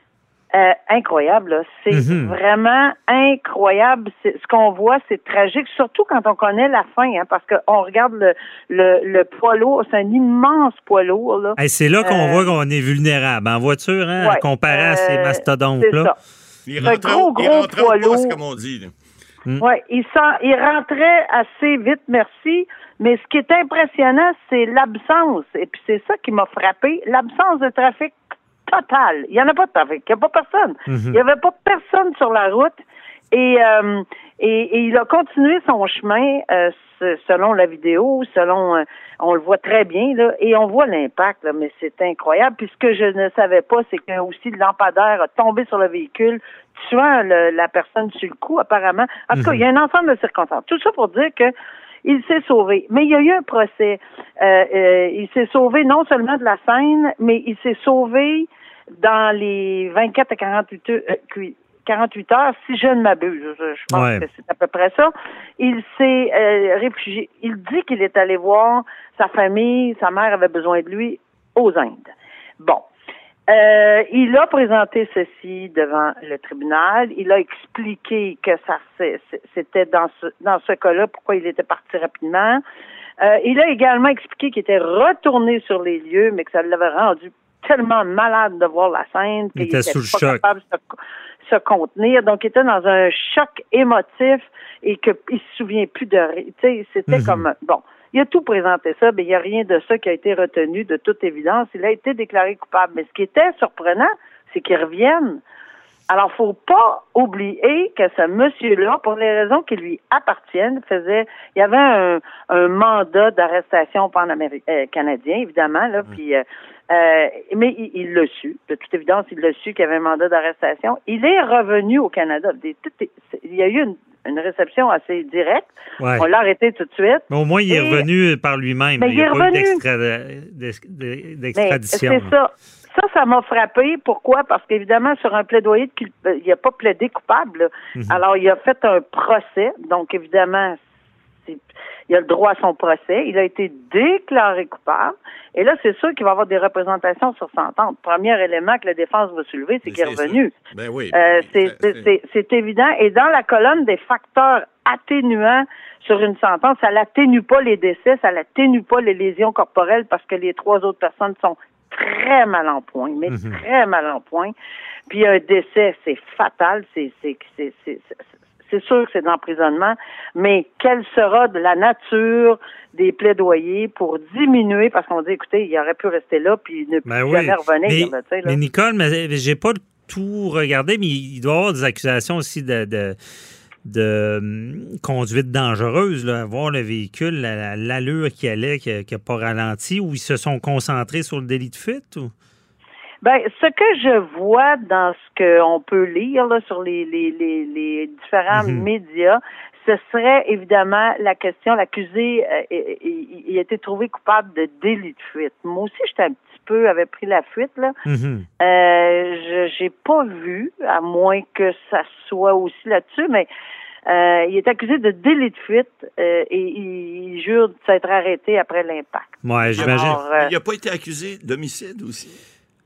Euh, incroyable, là. C'est mm-hmm. vraiment incroyable. C'est, ce qu'on voit, c'est tragique, surtout quand on connaît la fin, hein, parce qu'on regarde le, le, le poids lourd, c'est un immense poids lourd, là.
Hey, c'est là qu'on euh, voit qu'on est vulnérable en voiture, hein,
ouais,
comparé
euh,
à ces mastodontes-là.
Il rentre gros, gros il rentre poids lourd, comme on dit.
Mm. Oui, il, il rentrait assez vite, merci. Mais ce qui est impressionnant, c'est l'absence, et puis c'est ça qui m'a frappé, l'absence de trafic total. Il n'y en a pas de trafic. Il n'y a pas personne. Mm-hmm. Il n'y avait pas personne sur la route. Et, euh, et, et il a continué son chemin euh, selon la vidéo, selon... Euh, on le voit très bien, là, et on voit l'impact, là, mais c'est incroyable. Puis ce que je ne savais pas, c'est que aussi le lampadaire a tombé sur le véhicule, tuant le, la personne sur le coup, apparemment. En tout mm-hmm. cas, il y a un ensemble de circonstances. Tout ça pour dire que il s'est sauvé. Mais il y a eu un procès. Euh, euh, il s'est sauvé non seulement de la scène, mais il s'est sauvé dans les vingt-quatre à quarante-huit heures, euh, quarante-huit heures, si je ne m'abuse. Je, je pense ouais. que c'est à peu près ça. Il s'est euh, réfugié. Il dit qu'il est allé voir sa famille, sa mère avait besoin de lui aux Indes. Bon. Euh, il a présenté ceci devant le tribunal. Il a expliqué que ça c'était dans ce dans ce cas-là pourquoi il était parti rapidement. Euh, il a également expliqué qu'il était retourné sur les lieux, mais que ça l'avait rendu tellement malade de voir la scène qu'il était, était
sous
pas
choc.
capable de se, se contenir. Donc, il était dans un choc émotif et qu'il ne se souvient plus de rien. Tu sais, c'était mm-hmm. comme... Bon, il a tout présenté ça, mais il n'y a rien de ça qui a été retenu de toute évidence. Il a été déclaré coupable. Mais ce qui était surprenant, c'est qu'il revienne. Alors, faut pas oublier que ce monsieur-là, pour les raisons qui lui appartiennent, faisait, il y avait un, un mandat d'arrestation pan-canadien, évidemment, là, mmh. puis, euh, euh, mais il, il l'a su. De toute évidence, il l'a su qu'il y avait un mandat d'arrestation. Il est revenu au Canada. Il y a eu une, une réception assez directe. Ouais. On l'a arrêté tout de suite.
Mais au moins, il est
et,
revenu par lui-même.
Mais il, il n'y a pas eu d'extra,
d'extradition.
Mais c'est ça. Ça, ça m'a frappé. Pourquoi? Parce qu'évidemment, sur un plaidoyer, de culp... il n'a pas plaidé coupable. Mm-hmm. Alors, il a fait un procès. Donc, évidemment, c'est... il a le droit à son procès. Il a été déclaré coupable. Et là, c'est sûr qu'il va y avoir des représentations sur s'entendre. Premier élément que la défense va soulever, c'est, c'est qu'il est revenu.
Ben oui.
Euh, c'est, c'est, c'est, c'est évident. Et dans la colonne des facteurs atténuants sur une sentence, ça n'atténue pas les décès, ça n'atténue pas les lésions corporelles parce que les trois autres personnes sont très mal en point, mais mm-hmm. très mal en point. Puis un décès, c'est fatal, c'est, c'est, c'est, c'est, c'est, c'est sûr que c'est de l'emprisonnement, mais quelle sera de la nature des plaidoyers pour diminuer, parce qu'on dit, écoutez, il aurait pu rester là, puis ne plus ben oui. jamais revenir.
Mais,
là, là.
mais Nicole, mais j'ai pas tout regardé, mais il doit y avoir des accusations aussi de... de... de hum, conduite dangereuse, là, voir le véhicule, la, l'allure qu'il allait, qui n'a pas ralenti, ou ils se sont concentrés sur le délit de fuite? Ou?
Ben, ce que je vois dans ce qu'on peut lire là, sur les, les, les, les différents mm-hmm. médias, ce serait évidemment la question, l'accusé, euh, il, il a été trouvé coupable de délit de fuite. Moi aussi, j'étais un petit peu, avait pris la fuite, là. Mm-hmm. Euh, je j'ai pas vu, à moins que ça soit aussi là-dessus, mais euh, il est accusé de délit de fuite euh, et il, il jure de s'être arrêté après l'impact.
Ouais, j'imagine. Alors,
euh, il n'a pas été accusé d'homicide aussi?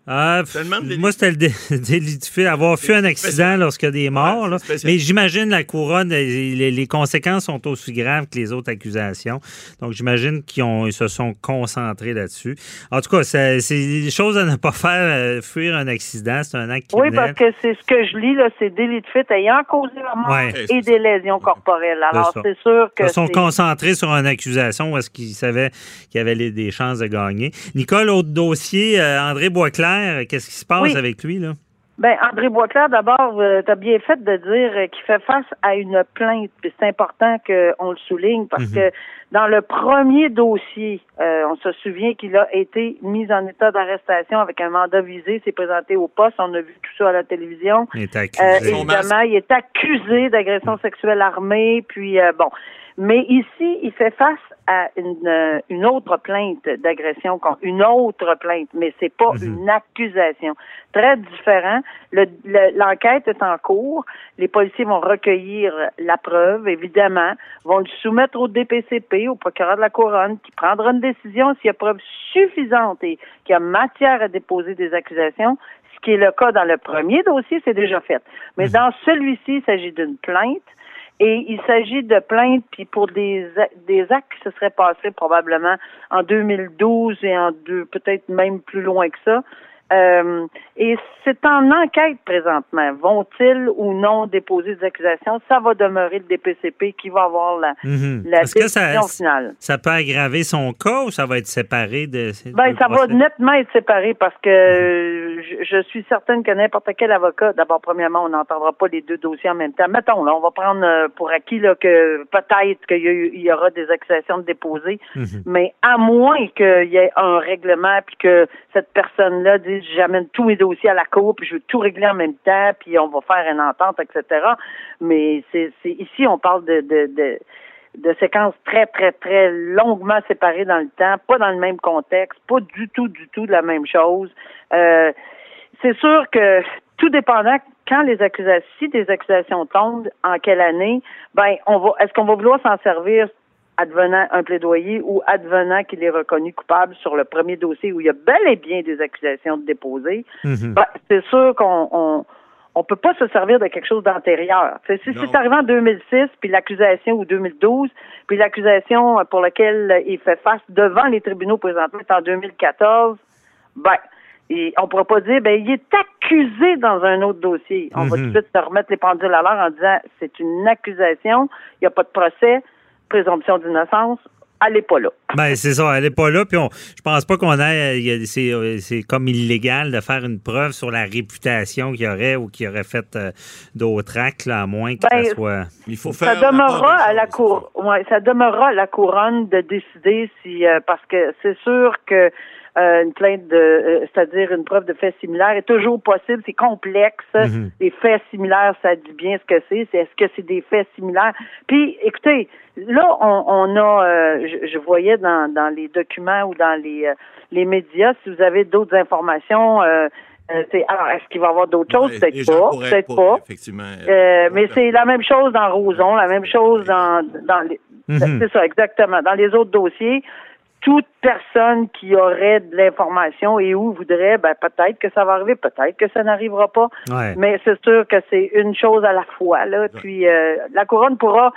Euh, moi, c'était le dé- délit de fait, avoir fait un accident lorsqu'il y a des morts.
Ouais,
là.
c'est spécial.
Mais j'imagine la couronne, les, les conséquences sont aussi graves que les autres accusations. Donc, j'imagine qu'ils ont, ils se sont concentrés là-dessus. En tout cas, c'est, c'est des choses à ne pas faire, euh, fuir un accident. C'est un acte
Oui,
criminel.
parce que c'est ce que je lis, là, c'est délit de fuite ayant causé la mort
Ouais.
et des lésions corporelles. Alors,
C'est ça.
c'est sûr que
Ils se sont
c'est...
concentrés sur une accusation où est-ce qu'ils savaient qu'il y avait les- des chances de gagner. Nicole, autre dossier, euh, André Boisclair, qu'est-ce qui se passe
Oui.
avec lui, là?
Ben, André Boisclair, d'abord, euh, tu as bien fait de dire euh, qu'il fait face à une plainte. Puis c'est important qu'on le souligne parce
Mhm.
que dans le premier dossier, euh, on se souvient qu'il a été mis en état d'arrestation avec un mandat visé, s'est présenté au poste. On a vu tout ça à la télévision.
Il est
Euh,
accusé.
évidemment, il est accusé d'agression sexuelle armée. Puis, euh, bon. Mais ici, il fait face à une, euh, une autre plainte d'agression, contre une autre plainte, mais c'est pas
Mhm.
une accusation. Très différent. Le- le- l'enquête est en cours. Les policiers vont recueillir la preuve, évidemment, vont le soumettre au D P C P, au procureur de la Couronne, qui prendra une décision s'il y a preuve suffisante et qu'il y a matière à déposer des accusations. Ce qui est le cas dans le premier dossier, c'est déjà fait. Mais dans celui-ci, il s'agit d'une plainte. Et il s'agit de plaintes puis pour des des actes qui se seraient passés probablement en deux mille douze et en deux peut-être même plus loin que ça. Euh, et c'est en enquête présentement. Vont-ils ou non déposer des accusations? Ça va demeurer le D P C P qui va avoir la,
Mhm.
la
Est-ce que
décision
ça,
finale.
ça peut aggraver son cas ou ça va être séparé de...
Ben,
de
ça va
procès?
nettement être séparé parce que euh, je, je suis certaine que n'importe quel avocat, d'abord, premièrement, on n'entendra pas les deux dossiers en même temps. Mettons, là, on va prendre euh, pour acquis là, que peut-être qu'il y, a eu- il y aura des accusations de déposer,
Mhm.
mais à moins qu'il y ait un règlement puis que cette personne-là dise j'amène tous mes dossiers à la cour puis je veux tout régler en même temps puis on va faire une entente, et cetera. Mais c'est, c'est ici, on parle de... de, de de séquences très, très, très longuement séparées dans le temps, pas dans le même contexte, pas du tout, du tout de la même chose. Euh, c'est sûr que tout dépendant quand les accusations, si des accusations tombent, en quelle année, ben, on va, est-ce qu'on va vouloir s'en servir advenant un plaidoyer ou advenant qu'il est reconnu coupable sur le premier dossier où il y a bel et bien des accusations de déposer?
Mhm.
Ben, c'est sûr qu'on, on, on peut pas se servir de quelque chose d'antérieur. T'sais, si
Non.
c'est arrivé en deux mille six, puis l'accusation, ou deux mille douze, puis l'accusation pour laquelle il fait face devant les tribunaux présentement est en deux mille quatorze, ben, et on pourra pas dire, ben, il est accusé dans un autre dossier. On va
Mhm.
tout de suite se remettre les pendules à l'heure en disant, c'est une accusation, il n'y a pas de procès, présomption d'innocence, allez pas là.
Ben, c'est ça, elle n'est pas là. Puis on, je pense pas qu'on ait. il y a- C'est, euh, c'est comme illégal de faire une preuve sur la réputation qu'il y aurait ou qu'il aurait fait euh, d'autres actes, là, à moins que
Ben,
ça soit.
Il faut
Ça
faire la
demeurera
part des
à la
choses.
cour, ouais, ça demeurera à la couronne de décider si, euh, parce que c'est sûr que euh, une plainte de, euh, c'est-à-dire une preuve de fait similaire est toujours possible. C'est complexe.
Mhm.
Les faits similaires, ça dit bien ce que c'est. C'est est-ce que c'est des faits similaires? Puis, écoutez, là, on, on a, euh, je, je voyais dans, dans les documents ou dans les, euh, les médias, si vous avez d'autres informations. Euh, euh, c'est, alors, est-ce qu'il va y avoir d'autres choses?
Ouais,
Peut-être
les gens
pas.
pourraient-
Peut-être
pourraient,
pas.
effectivement.
Euh, mais
pourraient-
c'est la même chose dans Roson, la même chose dans, dans les,
Mhm.
c'est ça, exactement. Dans les autres dossiers, toute personne qui aurait de l'information et où voudrait, ben peut-être que ça va arriver, peut-être que ça n'arrivera pas.
Ouais.
Mais c'est sûr que c'est une chose à la fois, là. Puis euh, la couronne pourra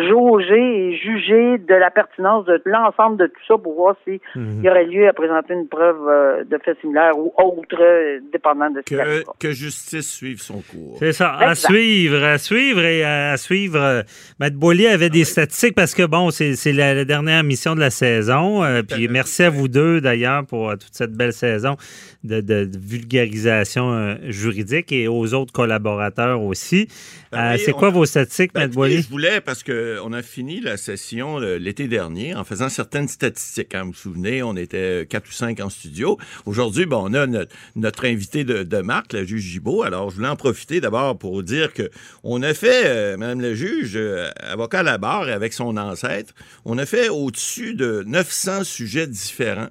jauger et juger de la pertinence de l'ensemble de tout ça pour voir s'il
Mhm.
y aurait lieu à présenter une preuve euh, de fait similaire ou autre, euh, dépendant de ce qu'il y a.
Que, que justice suive son cours.
C'est ça, à
Exact.
suivre, à suivre et à suivre. euh, Maître Boilly avait des statistiques parce que, bon, c'est, c'est la, la dernière mission de la saison. euh, puis merci à vous deux, d'ailleurs, pour euh, toute cette belle saison de, de- de vulgarisation euh, juridique et aux autres collaborateurs aussi.
Ben
Euh,
oui,
c'est
on
quoi
a-
vos statistiques,
Ben,
Maître
écoutez,
Boilly?
je voulais, parce qu'on a fini la session euh, l'été dernier en faisant certaines statistiques. Hein, vous vous souvenez, on était quatre ou cinq en studio. Aujourd'hui, ben, on a notre, notre invité de, de marque, la juge Gibault. Alors, je voulais en profiter d'abord pour dire que on a fait, euh, Madame la juge, euh, avocat à la barre et avec son ancêtre, on a fait au-dessus de neuf cents sujets différents.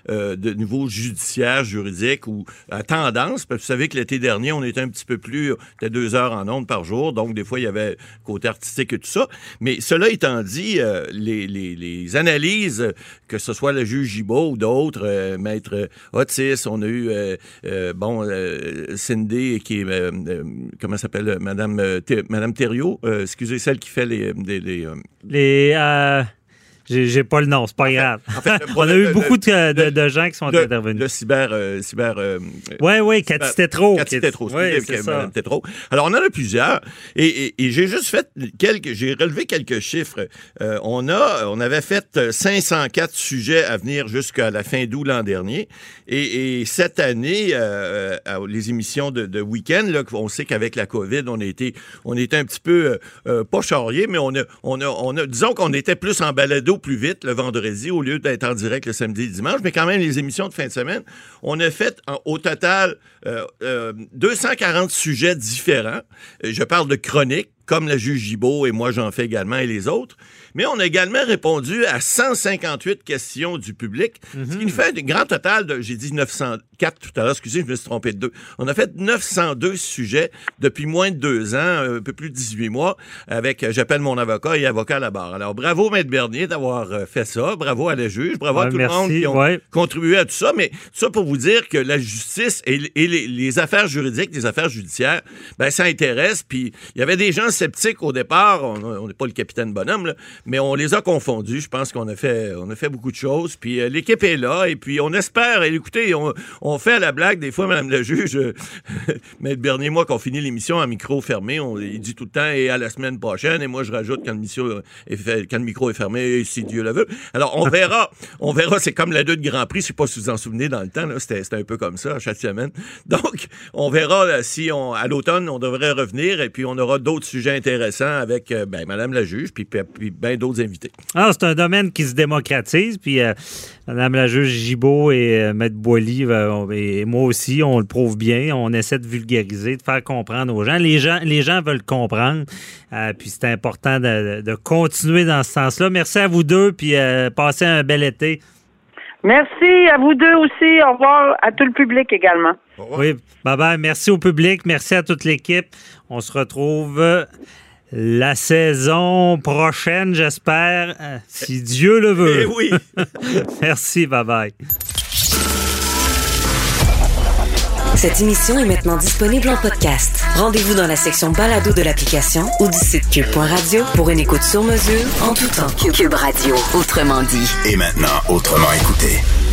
euh, de niveau judiciaire, juridique ou à tendance. Parce que vous savez que l'été dernier, on était un petit peu plus, c'était deux heures en ondes par jour, donc des fois, il y avait côté artistique et tout ça. Mais cela étant dit, euh, les, les, les analyses, que ce soit le juge Gibault ou d'autres, euh, maître Otis, on a eu, euh, euh, bon, euh, Cindy, qui est, euh, euh, comment s'appelle, Madame, euh, Thé- Madame Thériault, euh, excusez, celle qui fait les... Les... les, euh...
les euh... J'ai, j'ai pas le nom, c'est pas grave. En fait, on a eu le, beaucoup de, de, de gens qui sont
le,
intervenus.
Le cyber... Euh, cyber euh,
oui, oui, Cathy Tétrault.
Cathy Tétrault,
oui,
c'est ça. Mme Tétrault. Alors, on en a plusieurs. Et, et, et j'ai juste fait quelques... J'ai relevé quelques chiffres. Euh, on a... On avait fait cinq cent quatre sujets à venir jusqu'à la fin d'août l'an dernier. Et, et cette année, euh, les émissions de, de week-end, là, on sait qu'avec la COVID, on a été, on était un petit peu... Euh, pas charriés, mais on a, on a, on a... Disons qu'on était plus en balado plus vite le vendredi au lieu d'être en direct le samedi et le dimanche, mais quand même les émissions de fin de semaine, on a fait en, au total euh, euh, deux cent quarante sujets différents. Je parle de chroniques, comme la juge Gibault et moi j'en fais également et les autres. Mais on a également répondu à cent cinquante-huit questions du public, mm-hmm. ce qui nous fait un grand total de, j'ai dit neuf cent quatre tout à l'heure, excusez, je me suis trompé de deux. On a fait neuf cent deux sujets depuis moins de deux ans, un peu plus de dix-huit mois, avec J'appelle mon avocat et avocat à la barre. Alors, bravo, Maître Bernier, d'avoir fait ça. Bravo à la juge. Bravo ouais, à tout merci, le monde qui ont ouais. contribué à tout ça. Mais ça pour vous dire que la justice et, et les, les affaires juridiques, les affaires judiciaires, ben ça intéresse. Puis, il y avait des gens sceptiques au départ. On n'est pas le capitaine Bonhomme, là, mais on les a confondus. Je pense qu'on a fait, on a fait beaucoup de choses. Puis, euh, l'équipe est là. Et puis, on espère. Et écoutez, on, on fait à la blague, des fois, Mme la juge, euh, Maître Bernier, moi, qu'on finit l'émission à micro fermé, on, il dit tout le temps, et à la semaine prochaine, et moi, je rajoute quand le, mission est fait, quand le micro est fermé, si Dieu le veut. Alors, on verra, on verra, c'est comme la lutte Grand Prix, je sais pas si vous en souvenez dans le temps, là, c'était, c'était un peu comme ça, chaque semaine. Donc, on verra là, si, on, à l'automne, on devrait revenir, et puis on aura d'autres sujets intéressants avec, euh, ben, Mme la juge, puis, puis, puis bien d'autres invités.
Ah, c'est un domaine qui se démocratise, puis euh, Mme la juge Gibault et euh, Maître Boily, euh, et moi aussi, on le prouve bien. On essaie de vulgariser, de faire comprendre aux gens. Les gens, les gens veulent comprendre. Euh, puis c'est important de, de continuer dans ce sens-là. Merci à vous deux, puis euh, passez un bel été.
Merci à vous deux aussi. Au revoir à tout le public également.
Oui, bye-bye. Merci au public. Merci à toute l'équipe. On se retrouve la saison prochaine, j'espère, si Dieu le veut.
Eh oui.
Merci, bye-bye.
Cette émission est maintenant disponible en podcast. Rendez-vous dans la section balado de l'application ou du site cube point radio pour une écoute sur mesure en tout temps. Cube Radio, autrement dit.
Et maintenant, autrement écouté.